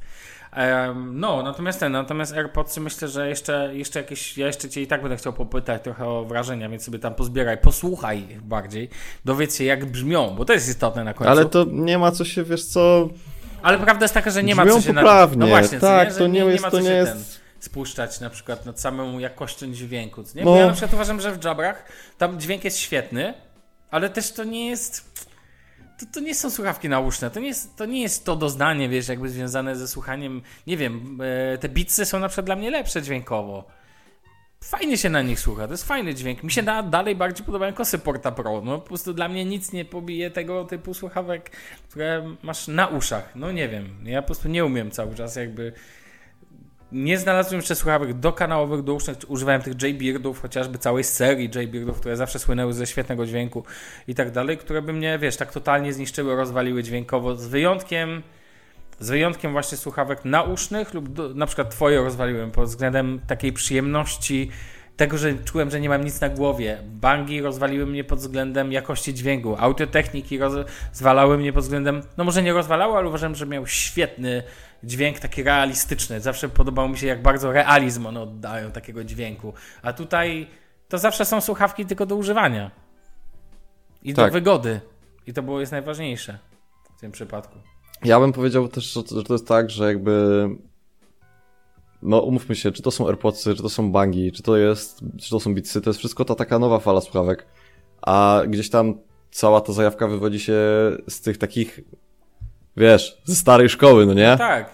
Natomiast AirPodsy myślę, że jeszcze jakieś... Ja jeszcze cię i tak będę chciał popytać trochę o wrażenia, więc sobie tam pozbieraj, posłuchaj ich bardziej. Dowiedz się, jak brzmią, bo to jest istotne na końcu. Ale to nie ma co się, wiesz co... Ale prawda jest taka, że nie ma co się... poprawnie. No właśnie, tak, nie, to nie ma co się spuszczać na przykład nad samą jakością dźwięku. Nie? Bo ja na przykład uważam, że w Jabrach tam dźwięk jest świetny, ale też to nie jest... To nie są słuchawki nauszne, to nie jest to doznanie, wiesz, jakby związane ze słuchaniem, nie wiem, te Beatsy są na przykład dla mnie lepsze dźwiękowo. Fajnie się na nich słucha, to jest fajny dźwięk. Mi się dalej bardziej podobają kosy Porta Pro, no po prostu dla mnie nic nie pobije tego typu słuchawek, które masz na uszach, no nie wiem, ja po prostu nie umiem cały czas jakby... Nie znalazłem jeszcze słuchawek dokanałowych, dousznych, używałem tych J-Beardów, chociażby całej serii J-Beardów, które zawsze słynęły ze świetnego dźwięku i tak dalej, które by mnie, wiesz, tak totalnie zniszczyły, rozwaliły dźwiękowo, z wyjątkiem właśnie słuchawek nausznych lub na przykład twoje rozwaliłem pod względem takiej przyjemności, tego, że czułem, że nie mam nic na głowie. Bangi rozwaliły mnie pod względem jakości dźwięku, audiotechniki rozwalały mnie pod względem, no może nie rozwalały, ale uważam, że miał świetny dźwięk taki realistyczny. Zawsze podobało mi się, jak bardzo realizm one oddają takiego dźwięku. A tutaj to zawsze są słuchawki tylko do używania. I Tak. do wygody. I to jest najważniejsze w tym przypadku. Ja bym powiedział też, że to jest tak, że jakby... No umówmy się, czy to są AirPodsy, czy to są Bangi, czy to są Beatsy, to jest wszystko ta taka nowa fala słuchawek. A gdzieś tam cała ta zajawka wywodzi się z tych takich, wiesz, ze starej szkoły, no nie? No tak.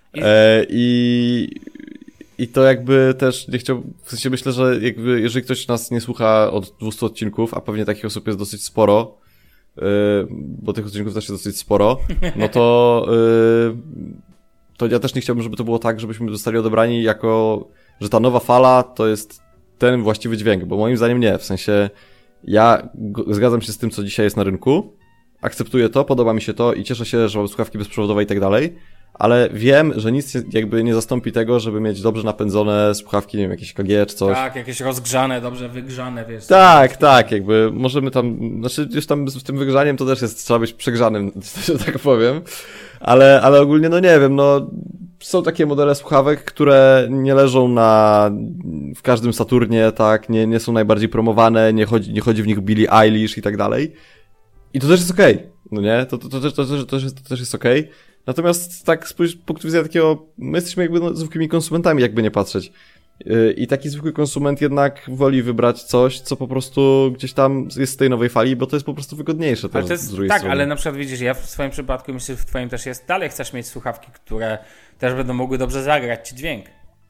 I to jakby też nie chciał, w sensie myślę, że jakby jeżeli ktoś nas nie słucha od 200 odcinków, a pewnie takich osób jest dosyć sporo, bo tych odcinków też jest dosyć sporo, no to ja też nie chciałbym, żeby to było tak, żebyśmy zostali odebrani jako, że ta nowa fala to jest ten właściwy dźwięk, bo moim zdaniem nie, w sensie ja zgadzam się z tym, co dzisiaj jest na rynku, akceptuję to, podoba mi się to i cieszę się, że mam słuchawki bezprzewodowe i tak dalej, ale wiem, że nic jakby nie zastąpi tego, żeby mieć dobrze napędzone słuchawki, nie wiem, jakieś KG czy coś. Tak, jakieś rozgrzane, dobrze wygrzane, wiesz. Tak, jakby możemy tam, znaczy gdzieś tam z tym wygrzaniem to też jest, trzeba być przegrzanym, że tak powiem, ale ogólnie no nie wiem, no są takie modele słuchawek, które nie leżą w każdym Saturnie, tak, nie są najbardziej promowane, nie chodzi w nich Billie Eilish i tak dalej. I to też jest okej, no nie? To też jest okej. Natomiast tak z punktu widzenia takiego, my jesteśmy jakby zwykłymi konsumentami, jakby nie patrzeć. I taki zwykły konsument jednak woli wybrać coś, co po prostu gdzieś tam jest z tej nowej fali, bo to jest po prostu wygodniejsze też z drugiej strony. Ale na przykład widzisz, ja w swoim przypadku, myślę, że w twoim też jest, dalej chcesz mieć słuchawki, które też będą mogły dobrze zagrać ci dźwięk.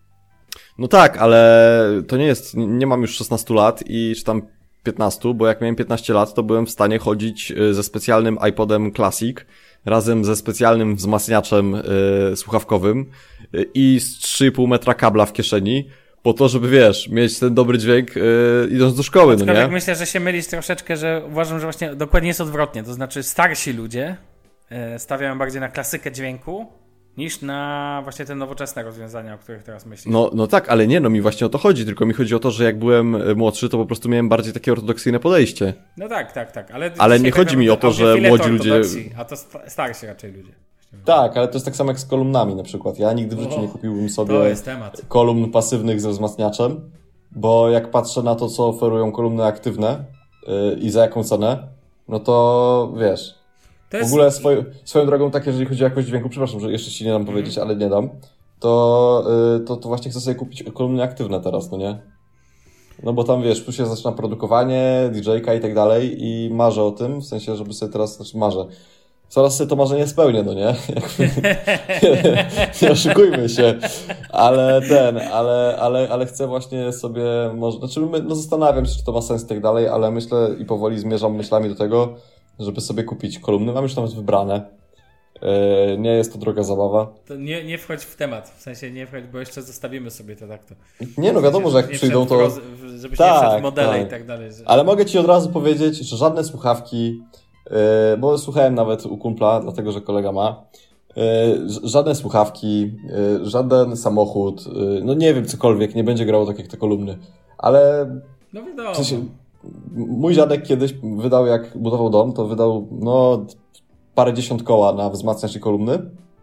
No tak, ale to nie mam już 16 lat i czy tam 15, bo jak miałem 15 lat, to byłem w stanie chodzić ze specjalnym iPodem Classic, razem ze specjalnym wzmacniaczem słuchawkowym i z 3,5 metra kabla w kieszeni, po to, żeby wiesz, mieć ten dobry dźwięk idąc do szkoły, no nie? Myślę, że się mylisz troszeczkę, że uważam, że właśnie dokładnie jest odwrotnie, to znaczy starsi ludzie stawiają bardziej na klasykę dźwięku, niż na właśnie te nowoczesne rozwiązania, o których teraz myślisz. No tak, ale nie, no mi właśnie o to chodzi, tylko mi chodzi o to, że jak byłem młodszy, to po prostu miałem bardziej takie ortodoksyjne podejście. No tak, ale nie chodzi mi o to, że młodzi ludzie... A to starsi raczej ludzie. Tak, ale to jest tak samo jak z kolumnami na przykład. Ja nigdy w życiu nie kupiłbym sobie kolumn pasywnych ze wzmacniaczem, bo jak patrzę na to, co oferują kolumny aktywne i za jaką cenę, no to wiesz... W ogóle swoją drogą tak, jeżeli chodzi o jakość dźwięku, przepraszam, że jeszcze ci nie dam powiedzieć, ale nie dam, to właśnie chcę sobie kupić kolumny aktywne teraz, no nie? No bo tam wiesz, tu się zaczyna produkowanie, DJ-ka i tak dalej i marzę o tym, w sensie, żeby sobie teraz, marzę. Coraz sobie to marzenie spełnię, no nie? Nie oszukujmy się. Ale chcę właśnie sobie, zastanawiam się, czy to ma sens i tak dalej, ale myślę i powoli zmierzam myślami do tego, żeby sobie kupić kolumny. Mam już nawet wybrane. Nie jest to droga zabawa. To nie wchodź w temat, w sensie nie wchodź, bo jeszcze zostawimy sobie to tak. Nie, no wiadomo, że jak przyjdą to... Żebyś nie wszedł w modele i tak dalej. Ale mogę ci od razu powiedzieć, że żadne słuchawki, bo słuchałem nawet u kumpla, dlatego że kolega ma, żadne słuchawki, żaden samochód, no nie wiem, cokolwiek, nie będzie grało tak jak te kolumny. Ale... No wiadomo. W sensie, mój dziadek kiedyś wydał, jak budował dom, to wydał parędziesiąt koła na wzmacniacz i kolumny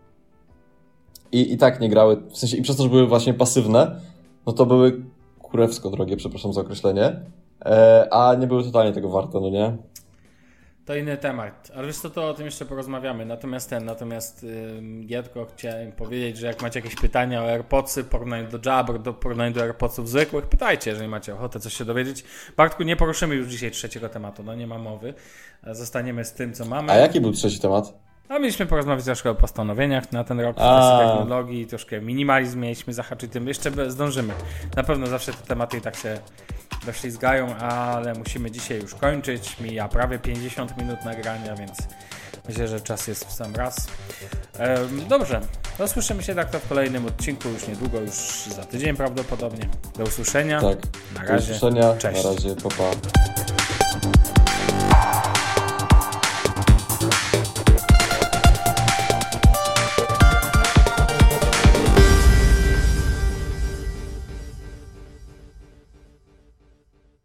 i tak nie grały, w sensie i przez to, że były właśnie pasywne, no to były kurewsko drogie, przepraszam za określenie, a nie były totalnie tego warte, no nie? To inny temat, ale wiesz co, to o tym jeszcze porozmawiamy, natomiast ja tylko chciałem powiedzieć, że jak macie jakieś pytania o AirPodsy, porównanie do Jabra, porównanie do AirPodsów zwykłych, pytajcie, jeżeli macie ochotę coś się dowiedzieć. Bartku, nie poruszymy już dzisiaj trzeciego tematu, no nie ma mowy, zostaniemy z tym, co mamy. A jaki był trzeci temat? No mieliśmy porozmawiać troszkę o postanowieniach na ten rok w technologii, troszkę minimalizm mieliśmy zahaczyć tym, jeszcze zdążymy. Na pewno zawsze te tematy i tak się doślizgają, ale musimy dzisiaj już kończyć. Mija prawie 50 minut nagrania, więc myślę, że czas jest w sam raz. Dobrze, to słyszymy się tak to w kolejnym odcinku już niedługo, już za tydzień prawdopodobnie. Do usłyszenia. Tak. Na razie. Do usłyszenia. Cześć. Na razie. Pa, pa.